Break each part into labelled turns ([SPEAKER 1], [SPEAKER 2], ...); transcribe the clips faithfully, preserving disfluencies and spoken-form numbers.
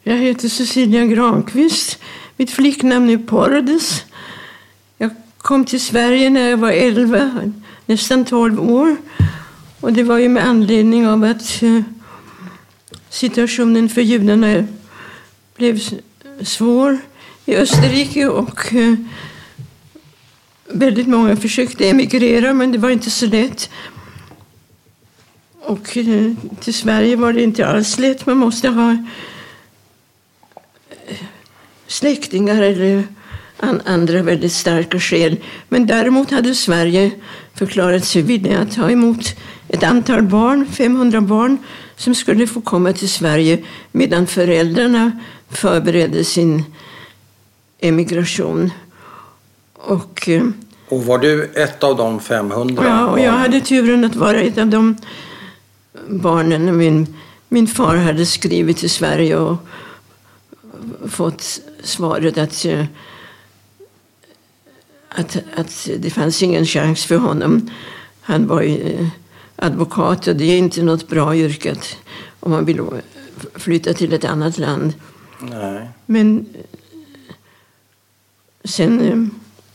[SPEAKER 1] Jag heter Cecilia Granqvist. Mitt flicknamn är Pordes. Jag kom till Sverige när jag var elva, nästan tolv år. Och det var ju med anledning av att eh, situationen för judarna blev svår i Österrike. Och eh, väldigt många försökte emigrera, men det var inte så lätt. Och eh, till Sverige var det inte alls lätt. Man måste ha släktingar eller andra väldigt starka skäl. Men däremot hade Sverige förklarat sig villiga att ta emot ett antal barn, femhundra barn, som skulle få komma till Sverige medan föräldrarna förberedde sin emigration. Och,
[SPEAKER 2] och var du ett av de femhundra?
[SPEAKER 1] Ja, och jag hade turen att vara ett av de barnen. Min, min far hade skrivit till Sverige och fått svaret att, att, att det fanns ingen chans för honom. Han var ju advokat och det är inte något bra yrke om man vill flytta till ett annat land.
[SPEAKER 2] Nej.
[SPEAKER 1] Men sen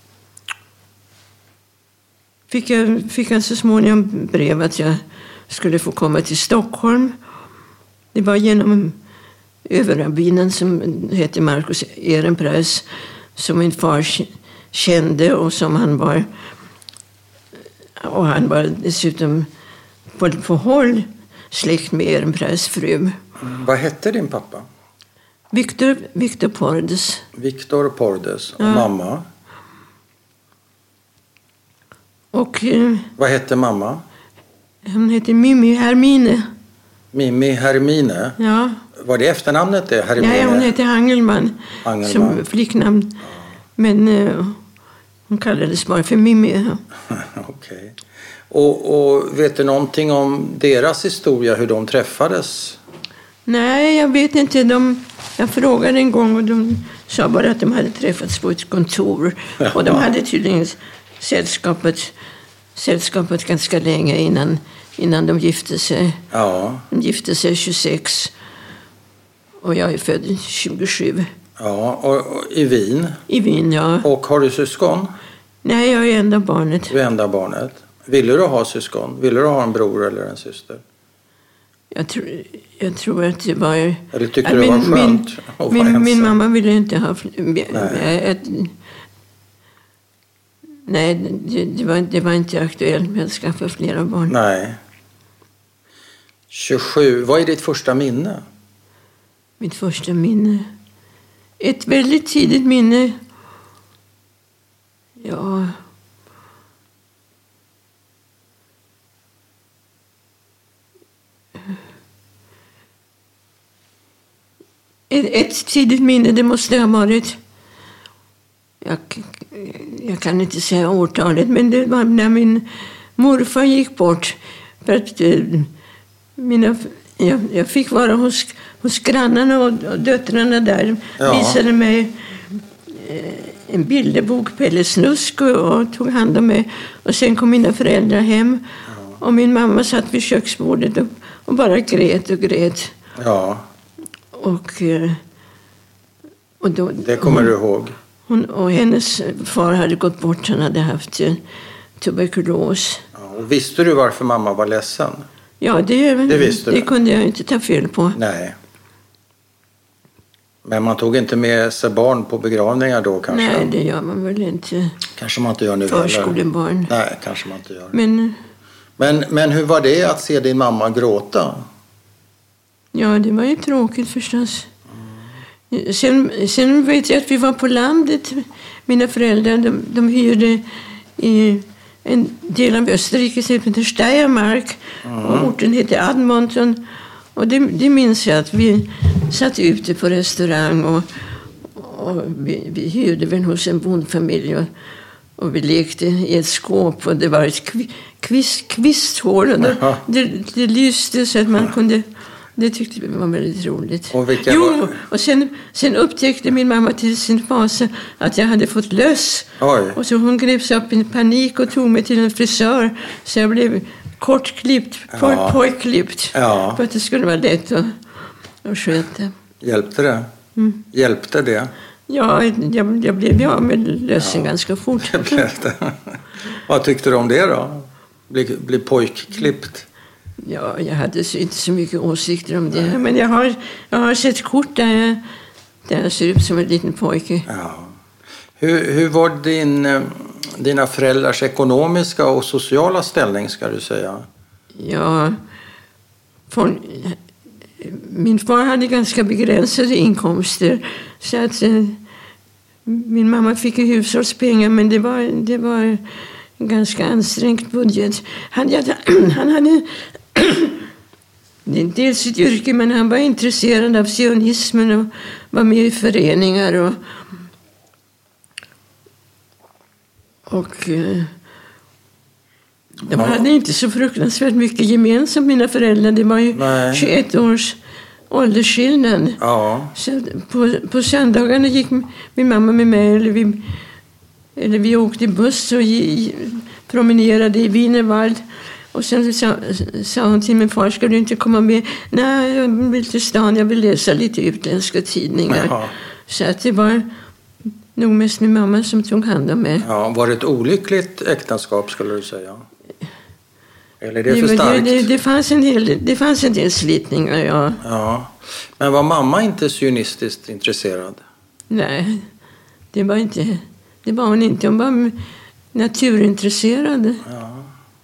[SPEAKER 1] fick jag, fick jag så småningom brev att jag skulle få komma till Stockholm. Det var genom överrabbinen som hette Markus Ehrenpreis, som min far kände och som han var, och han var dessutom på, på håll släkt med Ehrenpreis fru.
[SPEAKER 2] Mm. Vad hette din pappa?
[SPEAKER 1] Victor, Victor Pordes.
[SPEAKER 2] Victor Pordes. Och ja. Mamma?
[SPEAKER 1] Och eh,
[SPEAKER 2] vad hette mamma?
[SPEAKER 1] Hon hette Mimi Hermine.
[SPEAKER 2] Mimi Hermine?
[SPEAKER 1] Ja.
[SPEAKER 2] Var det efternamnet det? Hermine?
[SPEAKER 1] Nej, hon hette Hangelman,
[SPEAKER 2] Hangelman.
[SPEAKER 1] Som flicknamn. Ja. Men eh, hon kallades bara för Mimi.
[SPEAKER 2] Okej. Okay. Och, och vet du någonting om deras historia, hur de träffades?
[SPEAKER 1] Nej, jag vet inte. De, jag frågade en gång och de sa bara att de hade träffats på ett kontor. Ja. Och de hade tydligen sällskapet, sällskapet ganska länge innan, innan de gifte sig.
[SPEAKER 2] Ja.
[SPEAKER 1] De gifte sig tjugosex och jag är född tjugosju.
[SPEAKER 2] Ja, och, och i Wien?
[SPEAKER 1] I Wien, ja.
[SPEAKER 2] Och har du syskon?
[SPEAKER 1] Nej, jag är enda barnet.
[SPEAKER 2] Du är enda barnet. Ville du ha syskon? Ville du ha en bror eller en syster?
[SPEAKER 1] Jag tror, jag tror att det var...
[SPEAKER 2] Eller tyckte du det var skönt
[SPEAKER 1] min,
[SPEAKER 2] att vara
[SPEAKER 1] min, min mamma ville inte ha... Nej, jag, nej det, det, var, det var inte aktuellt med att skaffa flera barn.
[SPEAKER 2] Nej. tjugosju. Vad är ditt första minne?
[SPEAKER 1] Mitt första minne? Ett väldigt tidigt minne. Ja... Ett tidigt minne, det måste ha varit... Jag, jag kan inte säga årtalet, men det var när min morfar gick bort. För att mina, jag, jag fick vara hos, hos grannarna och, och döttrarna där. Ja. Visade mig en bilderbok, Pelle Snusk, och, och tog hand om mig. Och sen kom mina föräldrar hem. Ja. Och min mamma satt vid köksbordet och, och bara grät och grät.
[SPEAKER 2] Ja.
[SPEAKER 1] Och, och då,
[SPEAKER 2] det kommer hon, du ihåg?
[SPEAKER 1] Hon, och hennes far hade gått bort. Han hade haft tuberkulos.
[SPEAKER 2] Ja, och visste du varför mamma var ledsen?
[SPEAKER 1] Ja, det,
[SPEAKER 2] det, visste
[SPEAKER 1] det
[SPEAKER 2] du.
[SPEAKER 1] kunde jag inte ta fel på.
[SPEAKER 2] Nej. Men man tog inte med sig barn på begravningar då kanske?
[SPEAKER 1] Nej, det gör man väl inte.
[SPEAKER 2] Kanske man inte gör nu.
[SPEAKER 1] Förskolebarn.
[SPEAKER 2] Nej, kanske man inte gör.
[SPEAKER 1] Men,
[SPEAKER 2] men, men hur var det att se din mamma gråta?
[SPEAKER 1] Ja, det var ju tråkigt förstås. Mm. Sen, sen vet jag att vi var på landet. Mina föräldrar, de, de hyrde i en del av Österrike som heter Steiermark. Mm. Och orten heter Admonton. Och det, det minns jag att vi satt ute på restaurang och, och vi, vi hyrde väl hos en bondfamilj och, och vi lekte i ett skåp och det var ett kvist, kvisthål och det, det, det lyste så att man kunde... Det tyckte vi var väldigt roligt.
[SPEAKER 2] Och vilka
[SPEAKER 1] jo,
[SPEAKER 2] var...
[SPEAKER 1] och sen, sen upptäckte min mamma till sin fasa att jag hade fått löss.
[SPEAKER 2] Oj. Och
[SPEAKER 1] så hon greps upp i panik och tog mig till en frisör. Så jag blev kortklippt, ja. pojkklippt.
[SPEAKER 2] Ja.
[SPEAKER 1] För att det skulle vara lätt att, att sköta.
[SPEAKER 2] Hjälpte det?
[SPEAKER 1] Mm.
[SPEAKER 2] Hjälpte det?
[SPEAKER 1] Ja, jag, jag blev av med lösen ja. ganska fort.
[SPEAKER 2] Jag blev det. Vad tyckte du om det då? Bli, bli pojkklippt?
[SPEAKER 1] Ja, jag hade så, inte så mycket åsikter om det. Men jag har, jag har sett kort där jag, där jag ser ut som en liten pojke.
[SPEAKER 2] Ja. Hur, hur var din, dina föräldrars ekonomiska och sociala ställning, ska du säga?
[SPEAKER 1] Ja, från, min far hade ganska begränsade inkomster. Så att eh, min mamma fick ju hushållspengar, men det var, det var en ganska ansträngd budget. Han, han hade dels sitt yrke, men han var intresserad av sionismen och var med i föreningar. Och, och eh, de hade inte så fruktansvärt mycket gemensamt, mina föräldrar. Det var ju Nej. tjugoett års åldersskillnad.
[SPEAKER 2] Ja.
[SPEAKER 1] Så på, på söndagarna gick min mamma med mig, eller vi, eller vi åkte buss och gi, promenerade i Wienerwald. Och sen sa, sa hon till min far, ska du inte komma med? Nej, jag vill till stan, jag vill läsa lite utländska tidningar. Jaha. Så att det var nog mest min mamma som tog hand om mig.
[SPEAKER 2] Ja, var det ett olyckligt äktenskap, skulle du säga? Eller är det för
[SPEAKER 1] det,
[SPEAKER 2] starkt?
[SPEAKER 1] Det, det, fanns en del, det fanns en del slitningar, ja.
[SPEAKER 2] ja. Men var mamma inte sionistiskt intresserad?
[SPEAKER 1] Nej, det var, inte, det var hon inte. Hon var naturintresserad.
[SPEAKER 2] Ja.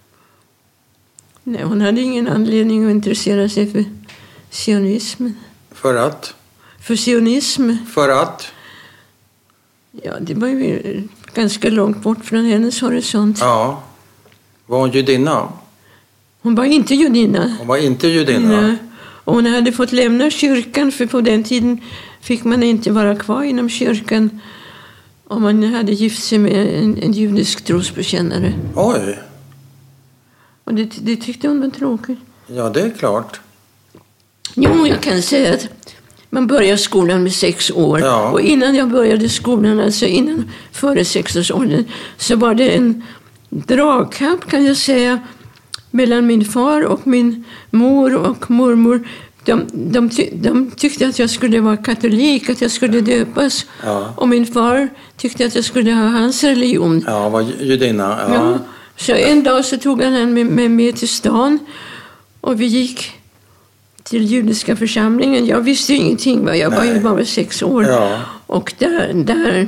[SPEAKER 1] Nej, hon hade ingen anledning att intressera sig för sionism.
[SPEAKER 2] För att?
[SPEAKER 1] För sionism.
[SPEAKER 2] För att?
[SPEAKER 1] Ja, det var ju ganska långt bort från hennes horisont.
[SPEAKER 2] Ja. Var hon judinna?
[SPEAKER 1] Hon var inte judinna.
[SPEAKER 2] Hon var inte judinna?
[SPEAKER 1] Nej. Och hon hade fått lämna kyrkan, för på den tiden fick man inte vara kvar inom kyrkan om man hade gift sig med en, en judisk trosbekännare.
[SPEAKER 2] Oj!
[SPEAKER 1] Och det, det tyckte hon var tråkigt.
[SPEAKER 2] Ja, det är klart.
[SPEAKER 1] Jo, jag kan säga att man börjar skolan med sex år.
[SPEAKER 2] Ja.
[SPEAKER 1] Och innan jag började skolan, alltså innan före sexårsåldern, så var det en dragkamp, kan jag säga, mellan min far och min mor och mormor. De, de, ty, de tyckte att jag skulle vara katolik, att jag skulle döpas.
[SPEAKER 2] Ja.
[SPEAKER 1] Och min far tyckte att jag skulle ha hans religion.
[SPEAKER 2] Ja, var judinna. Ja.
[SPEAKER 1] Ja. Så en dag så tog han mig med, med till stan. Och vi gick till judiska församlingen. Jag visste ju ingenting, va? Jag Nej. var ju bara sex år.
[SPEAKER 2] Ja.
[SPEAKER 1] Och där, där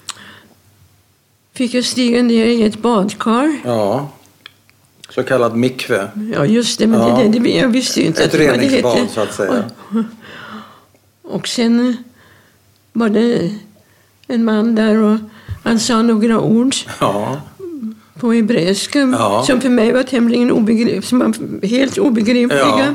[SPEAKER 1] fick jag stiga ner i ett badkar.
[SPEAKER 2] Ja. Så kallad mikve.
[SPEAKER 1] Ja, just det. Men ja. det, det, jag visste ju inte
[SPEAKER 2] ett
[SPEAKER 1] att det var det hette.
[SPEAKER 2] Ett reningsbad, så att säga.
[SPEAKER 1] Och, och sen var det en man där och han sa några ord.
[SPEAKER 2] Ja.
[SPEAKER 1] På hebreiska,
[SPEAKER 2] ja.
[SPEAKER 1] som för mig var tämligen obegripliga, som var helt obegripliga. Ja.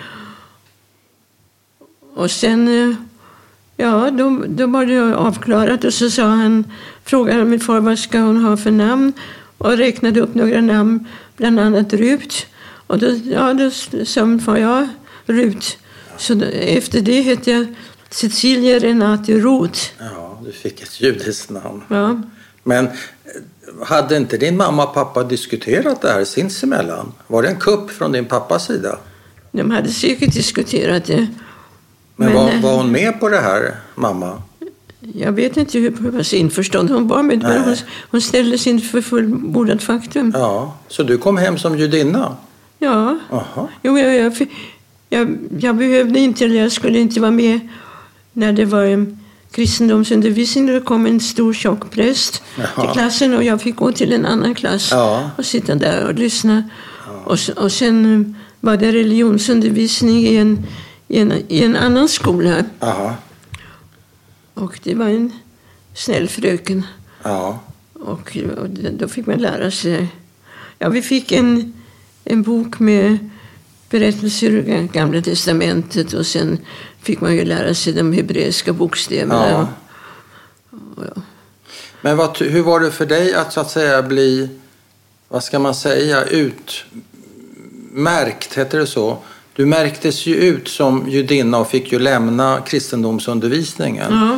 [SPEAKER 1] Och sen, ja, då, då var det avklarat och så sa han, frågade min far vad ska hon ha för namn och räknade upp några namn, bland annat Rut. Och då, ja, då sa min far, ja, Rut. Så då, efter det hette jag Cecilia Renate Roth.
[SPEAKER 2] Ja, du fick ett judiskt namn.
[SPEAKER 1] Ja.
[SPEAKER 2] Men hade inte din mamma och pappa diskuterat det här sinsemellan? Var det en kupp från din pappas sida?
[SPEAKER 1] De hade säkert diskuterat det.
[SPEAKER 2] Men, Men var, var hon med på det här, mamma?
[SPEAKER 1] Jag vet inte hur pass införstånd hon var med, men hon, hon ställdes inför fullbordat faktum.
[SPEAKER 2] Ja, så du kom hem som judinna?
[SPEAKER 1] Ja.
[SPEAKER 2] Aha.
[SPEAKER 1] Jo, jag, jag, jag, jag behövde inte, eller jag skulle inte vara med när det var en kristendomsundervisning. Det kom en stor tjock präst ja. till klassen och jag fick gå till en annan klass
[SPEAKER 2] ja.
[SPEAKER 1] och sitta där och lyssna. Ja. Och, och sen var det religionsundervisning i en, i en, i en annan skola.
[SPEAKER 2] Aha.
[SPEAKER 1] Och det var en snäll fröken.
[SPEAKER 2] Ja.
[SPEAKER 1] Och, och då fick man lära sig. Ja, vi fick en, en bok med berättelser ur Gamla testamentet och sen fick man ju lära sig de hebreiska bokstäverna.
[SPEAKER 2] Ja.
[SPEAKER 1] Och, ja.
[SPEAKER 2] Men vad, hur var det för dig att så att säga bli, vad ska man säga, utmärkt, heter det så? Du märktes ju ut som judinna och fick ju lämna kristendomsundervisningen.
[SPEAKER 1] Ja.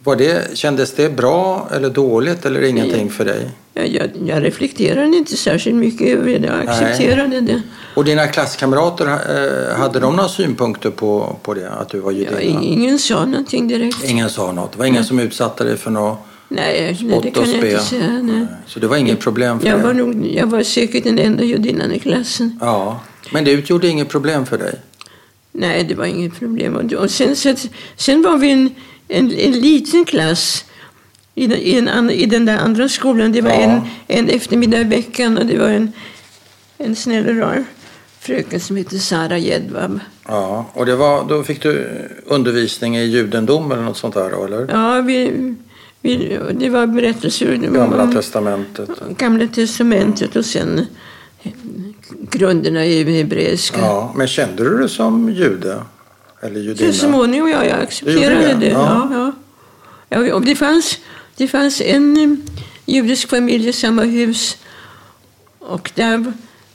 [SPEAKER 2] Var det, kändes det bra eller dåligt eller ingenting
[SPEAKER 1] Nej.
[SPEAKER 2] för dig?
[SPEAKER 1] Jag, jag, jag reflekterade inte särskilt mycket över det. Jag accepterade Nej. det.
[SPEAKER 2] Och dina klasskamrater, eh, hade de några synpunkter på, på det? Att du var judinna?
[SPEAKER 1] Ja, ingen sa någonting direkt.
[SPEAKER 2] Ingen sa något? Det var ingen Nej. som utsatte dig för något
[SPEAKER 1] nej,
[SPEAKER 2] spott
[SPEAKER 1] nej, det kan
[SPEAKER 2] och
[SPEAKER 1] jag
[SPEAKER 2] spe?
[SPEAKER 1] inte säga. Nej.
[SPEAKER 2] Så det var inget problem för
[SPEAKER 1] jag
[SPEAKER 2] dig?
[SPEAKER 1] Var nog, jag var säkert den enda judinnan i klassen.
[SPEAKER 2] Ja, men det utgjorde inget problem för dig?
[SPEAKER 1] Nej, det var inget problem. Och sen, sen, sen var vi en, en, en liten klass i den, i, en, i den där andra skolan. Det var ja. en, en eftermiddag i veckan och det var en, en snäll och rar fröken som hette Sara Jedvab.
[SPEAKER 2] Ja, och det var, då fick du undervisning i judendom eller något sånt där då, eller?
[SPEAKER 1] Ja, vi, vi, det var berättelser.
[SPEAKER 2] Gamla om, testamentet.
[SPEAKER 1] Gamla testamentet och sen grunderna i hebreiska.
[SPEAKER 2] Ja, men kände du det som jude? Eller judinna?
[SPEAKER 1] Så småningom, ja, jag accepterade det. det. Ja. Ja, ja. Ja, och det fanns, det fanns en um, judisk familj i samma hus. Och där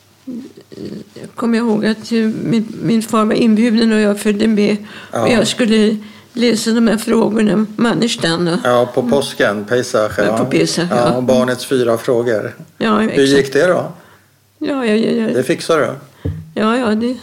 [SPEAKER 1] kommer jag ihåg att uh, min, min far var inbjuden och jag följde med. Ja. Och jag skulle läsa de här frågorna, Mannerstan. Och,
[SPEAKER 2] ja, på påsken, Pesach. Ja.
[SPEAKER 1] På Pesach, ja.
[SPEAKER 2] Ja, och barnets fyra frågor.
[SPEAKER 1] Ja,
[SPEAKER 2] hur exakt. Gick det då?
[SPEAKER 1] Ja, ja, ja, ja.
[SPEAKER 2] Det fixar du?
[SPEAKER 1] Ja, ja, det...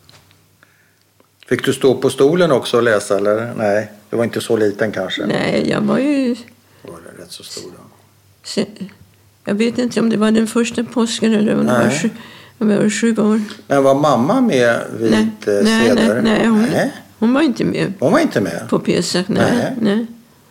[SPEAKER 2] Fick du stå på stolen också och läsa, eller? Nej, det var inte så liten kanske.
[SPEAKER 1] Nej, jag var ju...
[SPEAKER 2] Var det rätt så stor då?
[SPEAKER 1] Se, jag vet inte om det var den första påsken eller om det var sju, om det var sju år.
[SPEAKER 2] Men var mamma med vid
[SPEAKER 1] nej,
[SPEAKER 2] seder?
[SPEAKER 1] Nej, nej, nej, hon, nej, hon var inte med.
[SPEAKER 2] Hon var inte med?
[SPEAKER 1] På Pesach, nej, nej. nej.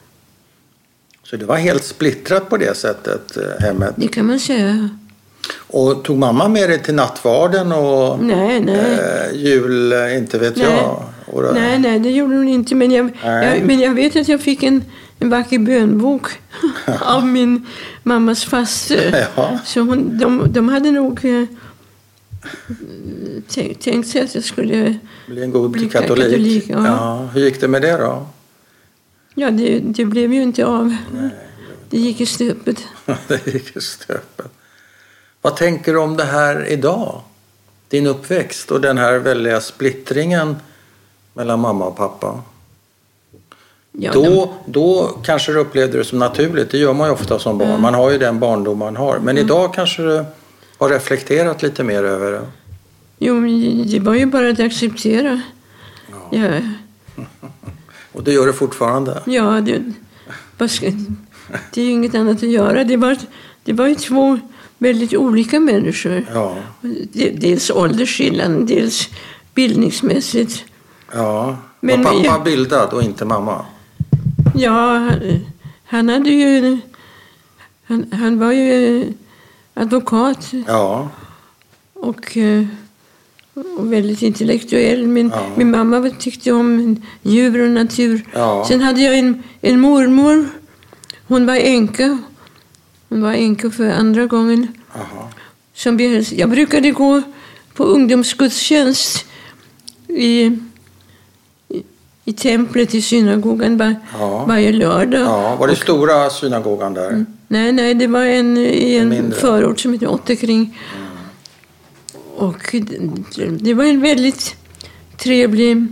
[SPEAKER 2] Så det var helt splittrat på det sättet, hemmet?
[SPEAKER 1] Det kan man säga.
[SPEAKER 2] Och tog mamma med dig till nattvarden och
[SPEAKER 1] nej, nej.
[SPEAKER 2] Eh, jul, inte vet
[SPEAKER 1] nej.
[SPEAKER 2] jag? Och
[SPEAKER 1] nej, nej, det gjorde hon inte. Men jag, jag, men jag vet att jag fick en, en vacker bönbok av min mammas faster.
[SPEAKER 2] Ja.
[SPEAKER 1] Så hon, de, de hade nog eh, tänkt, tänkt sig att jag skulle
[SPEAKER 2] bli en god
[SPEAKER 1] bli
[SPEAKER 2] katolik.
[SPEAKER 1] katolik ja.
[SPEAKER 2] Ja. Hur gick det med det då?
[SPEAKER 1] Ja, det, det blev ju inte av. Nej. Det gick i stöpet.
[SPEAKER 2] Det gick i stöpet. Vad tänker du om det här idag? Din uppväxt och den här väldiga splittringen mellan mamma och pappa. Ja, då, de... då kanske du upplevde det som naturligt. Det gör man ju ofta som barn. Mm. Man har ju den barndom man har. Men mm. idag kanske du har reflekterat lite mer över det.
[SPEAKER 1] Jo, det var ju bara att acceptera. Ja. Ja.
[SPEAKER 2] Och det gör det fortfarande?
[SPEAKER 1] Ja, det, det är ju inget annat att göra. Det var, det var ju två väldigt olika människor.
[SPEAKER 2] Ja.
[SPEAKER 1] Dels åldersskillnaden, dels bildningsmässigt.
[SPEAKER 2] Ja, men var pappa jag, bildad och inte mamma?
[SPEAKER 1] Ja, han hade ju... Han, han var ju advokat.
[SPEAKER 2] Ja.
[SPEAKER 1] Och, och väldigt intellektuell. Min, ja. min mamma tyckte om djur och natur.
[SPEAKER 2] Ja.
[SPEAKER 1] Sen hade jag en, en mormor. Hon var änka. Hon var änka för andra gången.
[SPEAKER 2] Aha.
[SPEAKER 1] Som vi, jag brukade gå på ungdomsgudstjänst i, i, i templet i synagogan var, ja. varje lördag.
[SPEAKER 2] Ja, var det och, stora synagogan där? Mm,
[SPEAKER 1] nej, nej, det var en i en, en förort som heter Otterkring. Mm. Och det, det var en väldigt trevlig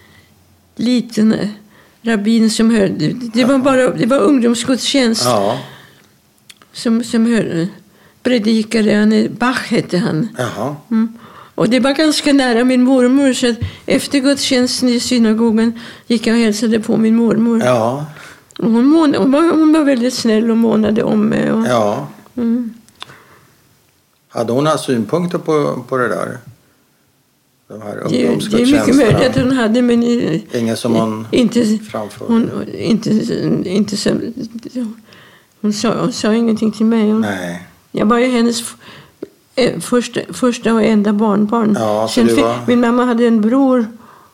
[SPEAKER 1] liten rabbin som höll. Det, det var bara det var ungdomsgudstjänst.
[SPEAKER 2] Ja.
[SPEAKER 1] Som, som höll predikare, han, Bach hette han.
[SPEAKER 2] Jaha.
[SPEAKER 1] Mm. Och det var ganska nära min mormor, så att efter gudstjänsten i synagogan gick jag och hälsade på min mormor.
[SPEAKER 2] Ja.
[SPEAKER 1] Och hon, mån, hon, var, hon var väldigt snäll och månade om mig. Och,
[SPEAKER 2] ja.
[SPEAKER 1] Mm.
[SPEAKER 2] Hade hon några synpunkter på, på det där? De här
[SPEAKER 1] det, det är mycket möjligt att hon hade, men
[SPEAKER 2] ingen som hon
[SPEAKER 1] inte,
[SPEAKER 2] framför.
[SPEAKER 1] Hon, inte, inte så, hon, sa, hon sa ingenting till mig. Hon,
[SPEAKER 2] Nej.
[SPEAKER 1] Jag var ju hennes första, första och enda barnbarn.
[SPEAKER 2] Ja,
[SPEAKER 1] Sen fick, var... Min mamma hade en bror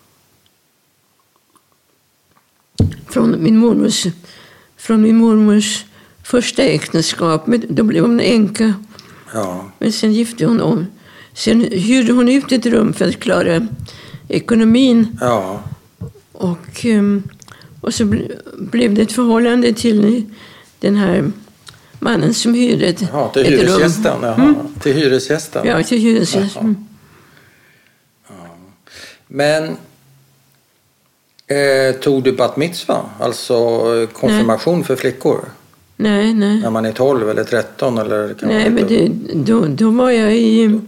[SPEAKER 1] från min mormors, från min mormors första äktenskap. Men då blev hon änka.
[SPEAKER 2] Ja.
[SPEAKER 1] Men sen gifte hon om. Sen hyrde hon ut ett rum för att klara ekonomin.
[SPEAKER 2] Ja.
[SPEAKER 1] Och, och så blev det ett förhållande till den här mannen som hyrde ett,
[SPEAKER 2] ja, till
[SPEAKER 1] ett
[SPEAKER 2] hyresgästen.
[SPEAKER 1] rum.
[SPEAKER 2] Mm. Till hyresgästen.
[SPEAKER 1] Ja, till hyresgästen.
[SPEAKER 2] Ja. Men Eh, tog du bat mitzva? Alltså konfirmation nej. För flickor?
[SPEAKER 1] Nej, nej.
[SPEAKER 2] När man är tolv eller tretton? Eller kan
[SPEAKER 1] nej, men det, då, då var jag i...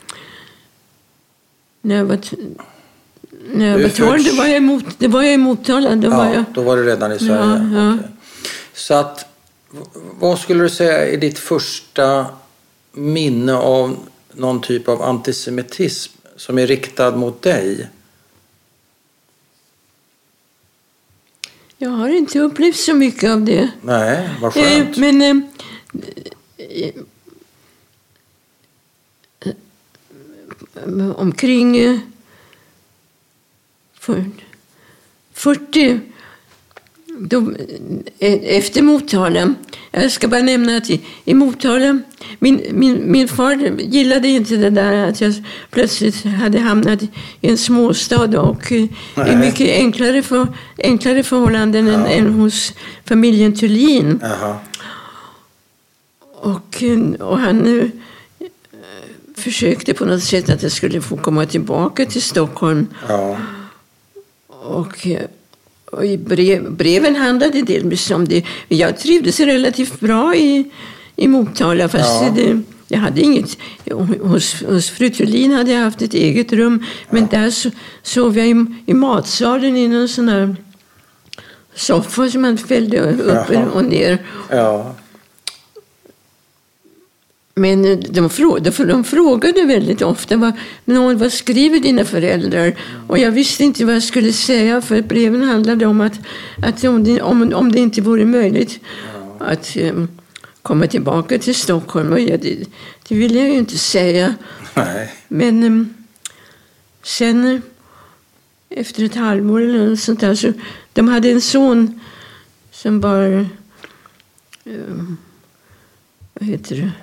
[SPEAKER 1] När jag var, när jag var tolv, det var jag emot, det var jag i Motala. Då, ja, var jag,
[SPEAKER 2] då var du redan i Sverige.
[SPEAKER 1] Ja, ja.
[SPEAKER 2] Okay. Så att, vad skulle du säga är ditt första minne av någon typ av antisemitism som är riktad mot dig?
[SPEAKER 1] Jag har inte upplevt så mycket av det.
[SPEAKER 2] Nej, vad skönt.
[SPEAKER 1] Eh, men eh, eh, eh, omkring eh, fyrtio då, eh, efter Motala. Jag ska bara nämna att i, i Motala, min, min, min far gillade inte det där att jag plötsligt hade hamnat i en småstad och i mycket enklare, för, enklare förhållanden ja. än, än hos familjen Thulin.
[SPEAKER 2] Aha.
[SPEAKER 1] Och, och han eh, försökte på något sätt att jag skulle få komma tillbaka till Stockholm.
[SPEAKER 2] Ja.
[SPEAKER 1] Och... Och i brev, breven handlade delvis om det. Jag trivdes relativt bra i, i Motala. Fast ja. det, jag hade inget... Hos, hos fru Thulin hade jag haft ett eget rum. Men ja. där så, sov jag i, i matsalen i någon sån här soffa som man fällde upp ja. och ner.
[SPEAKER 2] Ja.
[SPEAKER 1] Men de frågade, de frågade väldigt ofta vad, någon, vad skriver dina föräldrar? Mm. Och jag visste inte vad jag skulle säga, för breven handlade om att, att om, det, om, om det inte vore möjligt ja. att um, komma tillbaka till Stockholm. Och jag, det, det ville jag ju inte säga.
[SPEAKER 2] Nej.
[SPEAKER 1] Men um, sen efter ett halvår eller något sånt där, så de hade en son som var um, vad heter det?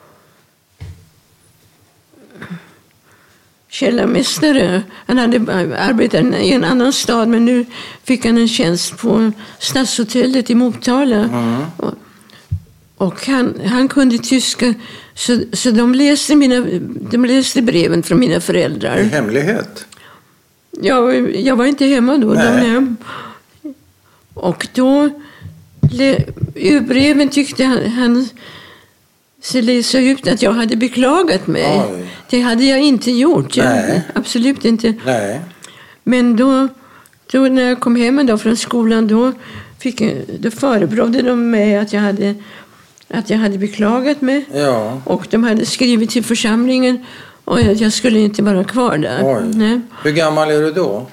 [SPEAKER 1] källarmästare. Han hade arbetat i en annan stad, men nu fick han en tjänst på Stadshotellet i Motala. Mm. Och, och han, han kunde tyska, så, så de, läste mina, de läste breven från mina föräldrar.
[SPEAKER 2] I hemlighet?
[SPEAKER 1] Jag, jag var inte hemma då. De, och då i breven tyckte han, han så läsa ut att jag hade beklagat mig. Oj. Det hade jag inte gjort. Jag, absolut inte.
[SPEAKER 2] Nej.
[SPEAKER 1] Men då, då när jag kom hem då från skolan, då, fick, då förebrådde de mig att jag hade, att jag hade beklagat mig.
[SPEAKER 2] Ja.
[SPEAKER 1] Och de hade skrivit till församlingen och jag, jag skulle inte vara kvar där.
[SPEAKER 2] Oj.
[SPEAKER 1] Nej.
[SPEAKER 2] Hur gammal är du då?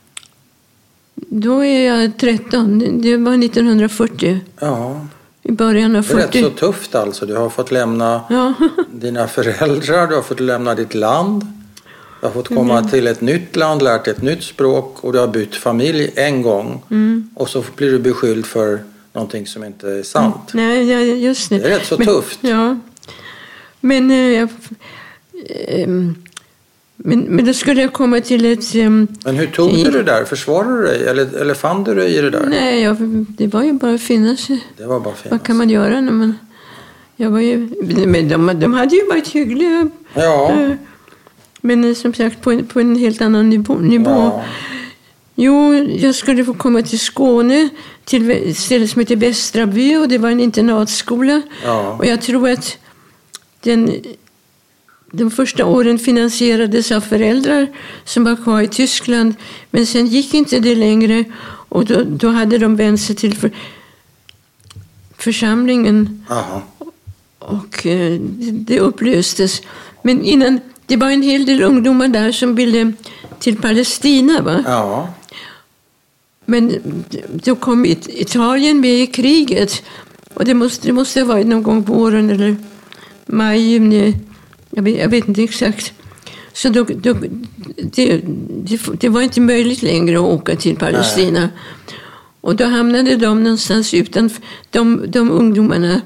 [SPEAKER 1] Då är jag tretton. Det var nittonhundrafyrtio.
[SPEAKER 2] Ja.
[SPEAKER 1] I början av fyrtio.
[SPEAKER 2] Det är rätt så tufft alltså. Du har fått lämna
[SPEAKER 1] ja.
[SPEAKER 2] dina föräldrar, du har fått lämna ditt land. Du har fått komma mm. till ett nytt land, lärt ett nytt språk och du har bytt familj en gång. Mm. Och så blir du beskylld för någonting som inte är sant.
[SPEAKER 1] Mm. Nej, ja, just det.
[SPEAKER 2] Det är rätt så
[SPEAKER 1] men,
[SPEAKER 2] tufft.
[SPEAKER 1] Ja. Men, äh, äh, men, men då skulle jag komma till ett... Äh,
[SPEAKER 2] men hur tog i, du det där? Försvarade du dig? Eller, eller fann du dig i det där?
[SPEAKER 1] Nej, jag, det var ju bara att finna sig.
[SPEAKER 2] Det var bara att finna
[SPEAKER 1] Vad kan man göra när man... Jag var ju, men de, de hade ju varit hyggliga.
[SPEAKER 2] Ja. Äh,
[SPEAKER 1] men som sagt på en, på en helt annan nivå. nivå.
[SPEAKER 2] Ja.
[SPEAKER 1] Jo, jag skulle få komma till Skåne, till ett ställe som heter Västraby, och det var en internatskola.
[SPEAKER 2] Ja.
[SPEAKER 1] Och jag tror att den, de första åren finansierades av föräldrar som var kvar i Tyskland. Men sen gick inte det längre, och då, då hade de vänt sig till för, församlingen.
[SPEAKER 2] Aha.
[SPEAKER 1] Och eh, det, det upplöstes. Men innan, det var en hel del ungdomar där som ville till Palestina, va?
[SPEAKER 2] Ja.
[SPEAKER 1] Men då kom Italien med i kriget. Och det måste, det måste ha varit någon gång på våren eller maj, juni. Jag vet, jag vet inte exakt. Så då, då, det, det, det var inte möjligt längre att åka till Palestina. Nej. Och då hamnade de någonstans utanför, de, de ungdomarna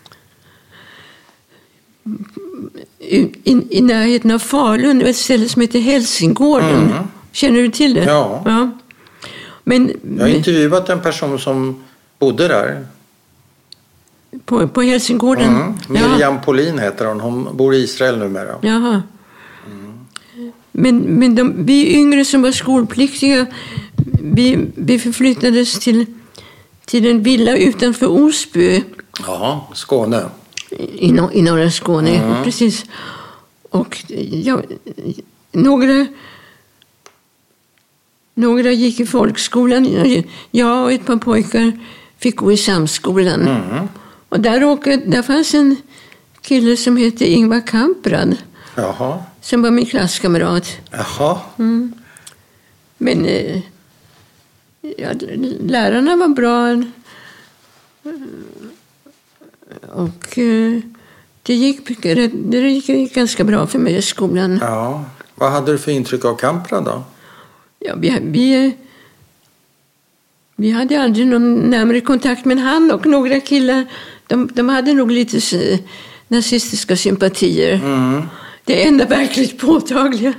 [SPEAKER 1] i, i, i närheten av Falun, ett ställe som heter Helsingården. Mm. Känner du till det?
[SPEAKER 2] Ja.
[SPEAKER 1] Ja. Men,
[SPEAKER 2] jag har intervjuat en person som bodde där.
[SPEAKER 1] På, på Helsingården?
[SPEAKER 2] Mm. Miriam ja. Polin heter hon. Hon bor i Israel numera.
[SPEAKER 1] Jaha. Mm. Men, men de, vi yngre som var skolpliktiga, vi, vi förflyttades till, till en villa utanför Osby.
[SPEAKER 2] Ja, Skåne.
[SPEAKER 1] I, i, i norra Skåne, mm. precis. Och ja, några, några gick i folkskolan. Jag och ett par pojkar fick gå i samskolan. Mm. Och där, råkade, där fanns en kille som hette Ingvar Kamprad.
[SPEAKER 2] Jaha.
[SPEAKER 1] Som var min klasskamrat.
[SPEAKER 2] Jaha.
[SPEAKER 1] Mm. Men eh, ja, lärarna var bra. Och eh, det, gick, det gick ganska bra för mig i skolan.
[SPEAKER 2] Ja. Vad hade du för intryck av Kamprad då?
[SPEAKER 1] Ja, vi, vi, vi hade aldrig någon närmare kontakt, men han och några killar, de, de hade nog lite nazistiska sympatier. Mm. Det enda verkligt påtagliga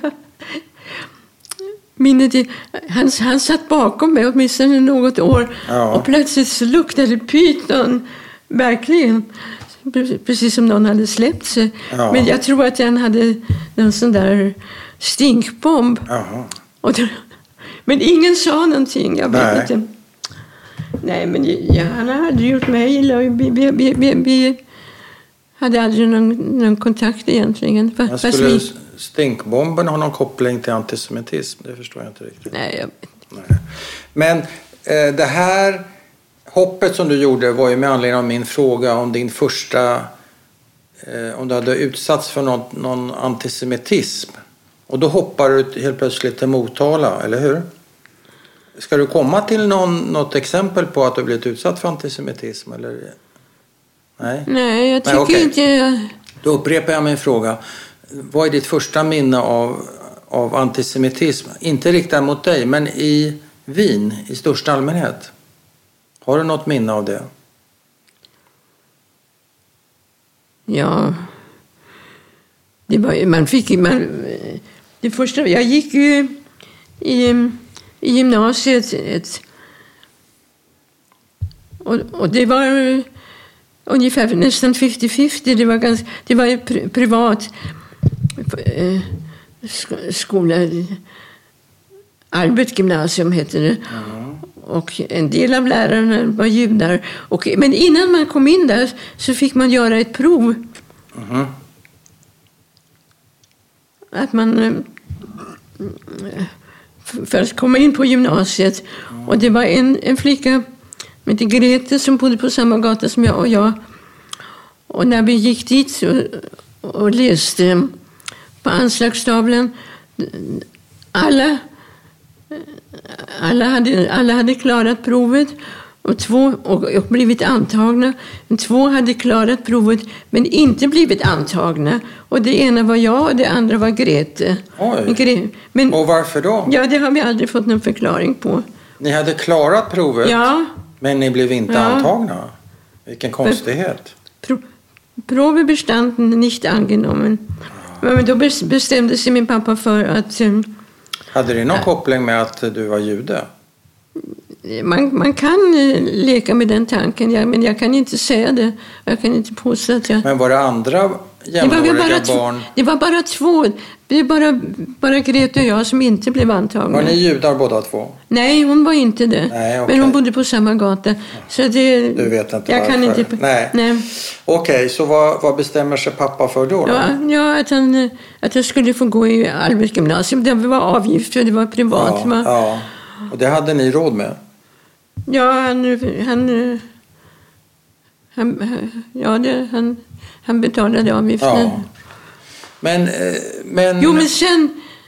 [SPEAKER 1] minnet är, han, han satt bakom mig åtminstone något år, ja. Och plötsligt så luktade pyton verkligen precis som någon hade släppt sig. Ja. Men jag tror att han hade en sån där stinkbomb. Jaha. Och det, men ingen sa någonting. Jag vet Nej. inte. Nej, men ja, han hade gjort mig illa. Vi, vi, vi, vi, vi hade aldrig någon, någon kontakt egentligen.
[SPEAKER 2] Men skulle vi... stinkbomben ha någon koppling till antisemitism? Det förstår jag inte riktigt.
[SPEAKER 1] Nej, jag vet inte.
[SPEAKER 2] Nej. Men eh, det här hoppet som du gjorde var ju med anledning av min fråga om din första... Eh, om du hade utsatts för någon, någon antisemitism. Och då hoppar du helt plötsligt till Motala, eller hur? Ska du komma till någon, något exempel på att du blivit utsatt för antisemitism? Eller? Nej?
[SPEAKER 1] Nej, jag tycker Nej, okay. inte...
[SPEAKER 2] Då upprepar jag min fråga. Vad är ditt första minne av, av antisemitism? Inte riktat mot dig, men i Wien i största allmänhet. Har du något minne av det?
[SPEAKER 1] Ja... Det var, man fick man, det första, jag gick ju i, i gymnasiet ett, och, och det var ungefär nästan femtio femtio. Det var, ganska, det var pri, privat eh, skola. Albert gymnasium hette det. Mm. Och en del av lärarna var judar. Och, men innan man kom in där så fick man göra ett prov. Mm. Att man för att komma in på gymnasiet. Mm. Och det var en, en flicka med Grete som bodde på samma gata som jag och jag. Och när vi gick dit och, och läste på anslagstavlan, alla, alla, hade, alla hade klarat provet och, två, och, och blivit antagna. Två hade klarat provet men inte blivit antagna. Och det ena var jag och det andra var Grete.
[SPEAKER 2] Oj.
[SPEAKER 1] Gre- men,
[SPEAKER 2] och varför då?
[SPEAKER 1] Ja, det har vi aldrig fått någon förklaring på.
[SPEAKER 2] Ni hade klarat provet,
[SPEAKER 1] ja.
[SPEAKER 2] Men ni blev inte ja. antagna. Vilken konstighet.
[SPEAKER 1] Pro- provet bestanden nicht angenommen. Ja. Men då bestämde sig min pappa för att... Um,
[SPEAKER 2] hade det någon ja. koppling med att du var jude?
[SPEAKER 1] Man, man kan leka med den tanken, ja, men jag kan inte säga det. Jag kan inte påstå att jag...
[SPEAKER 2] Men var det andra jämnåriga barn?
[SPEAKER 1] T- det var bara två. Det är bara, bara Grete och jag som inte blev antagna.
[SPEAKER 2] Var ni judar båda två?
[SPEAKER 1] Nej, hon var inte det.
[SPEAKER 2] Nej, okay.
[SPEAKER 1] Men hon bodde på samma gata. Så det,
[SPEAKER 2] du vet inte
[SPEAKER 1] jag
[SPEAKER 2] varför?
[SPEAKER 1] Kan inte,
[SPEAKER 2] nej.
[SPEAKER 1] nej.
[SPEAKER 2] Okej, okay, så vad, vad bestämmer sig pappa för då? då?
[SPEAKER 1] Ja, ja att, han, att jag skulle få gå i Albert gymnasium. Det var avgift för det var privat.
[SPEAKER 2] Ja,
[SPEAKER 1] va?
[SPEAKER 2] ja. Och det hade ni råd med?
[SPEAKER 1] Ja, han... han, han ja, det, han, han betalade avgiften.
[SPEAKER 2] Ja. Men, men...
[SPEAKER 1] Jo, men sen...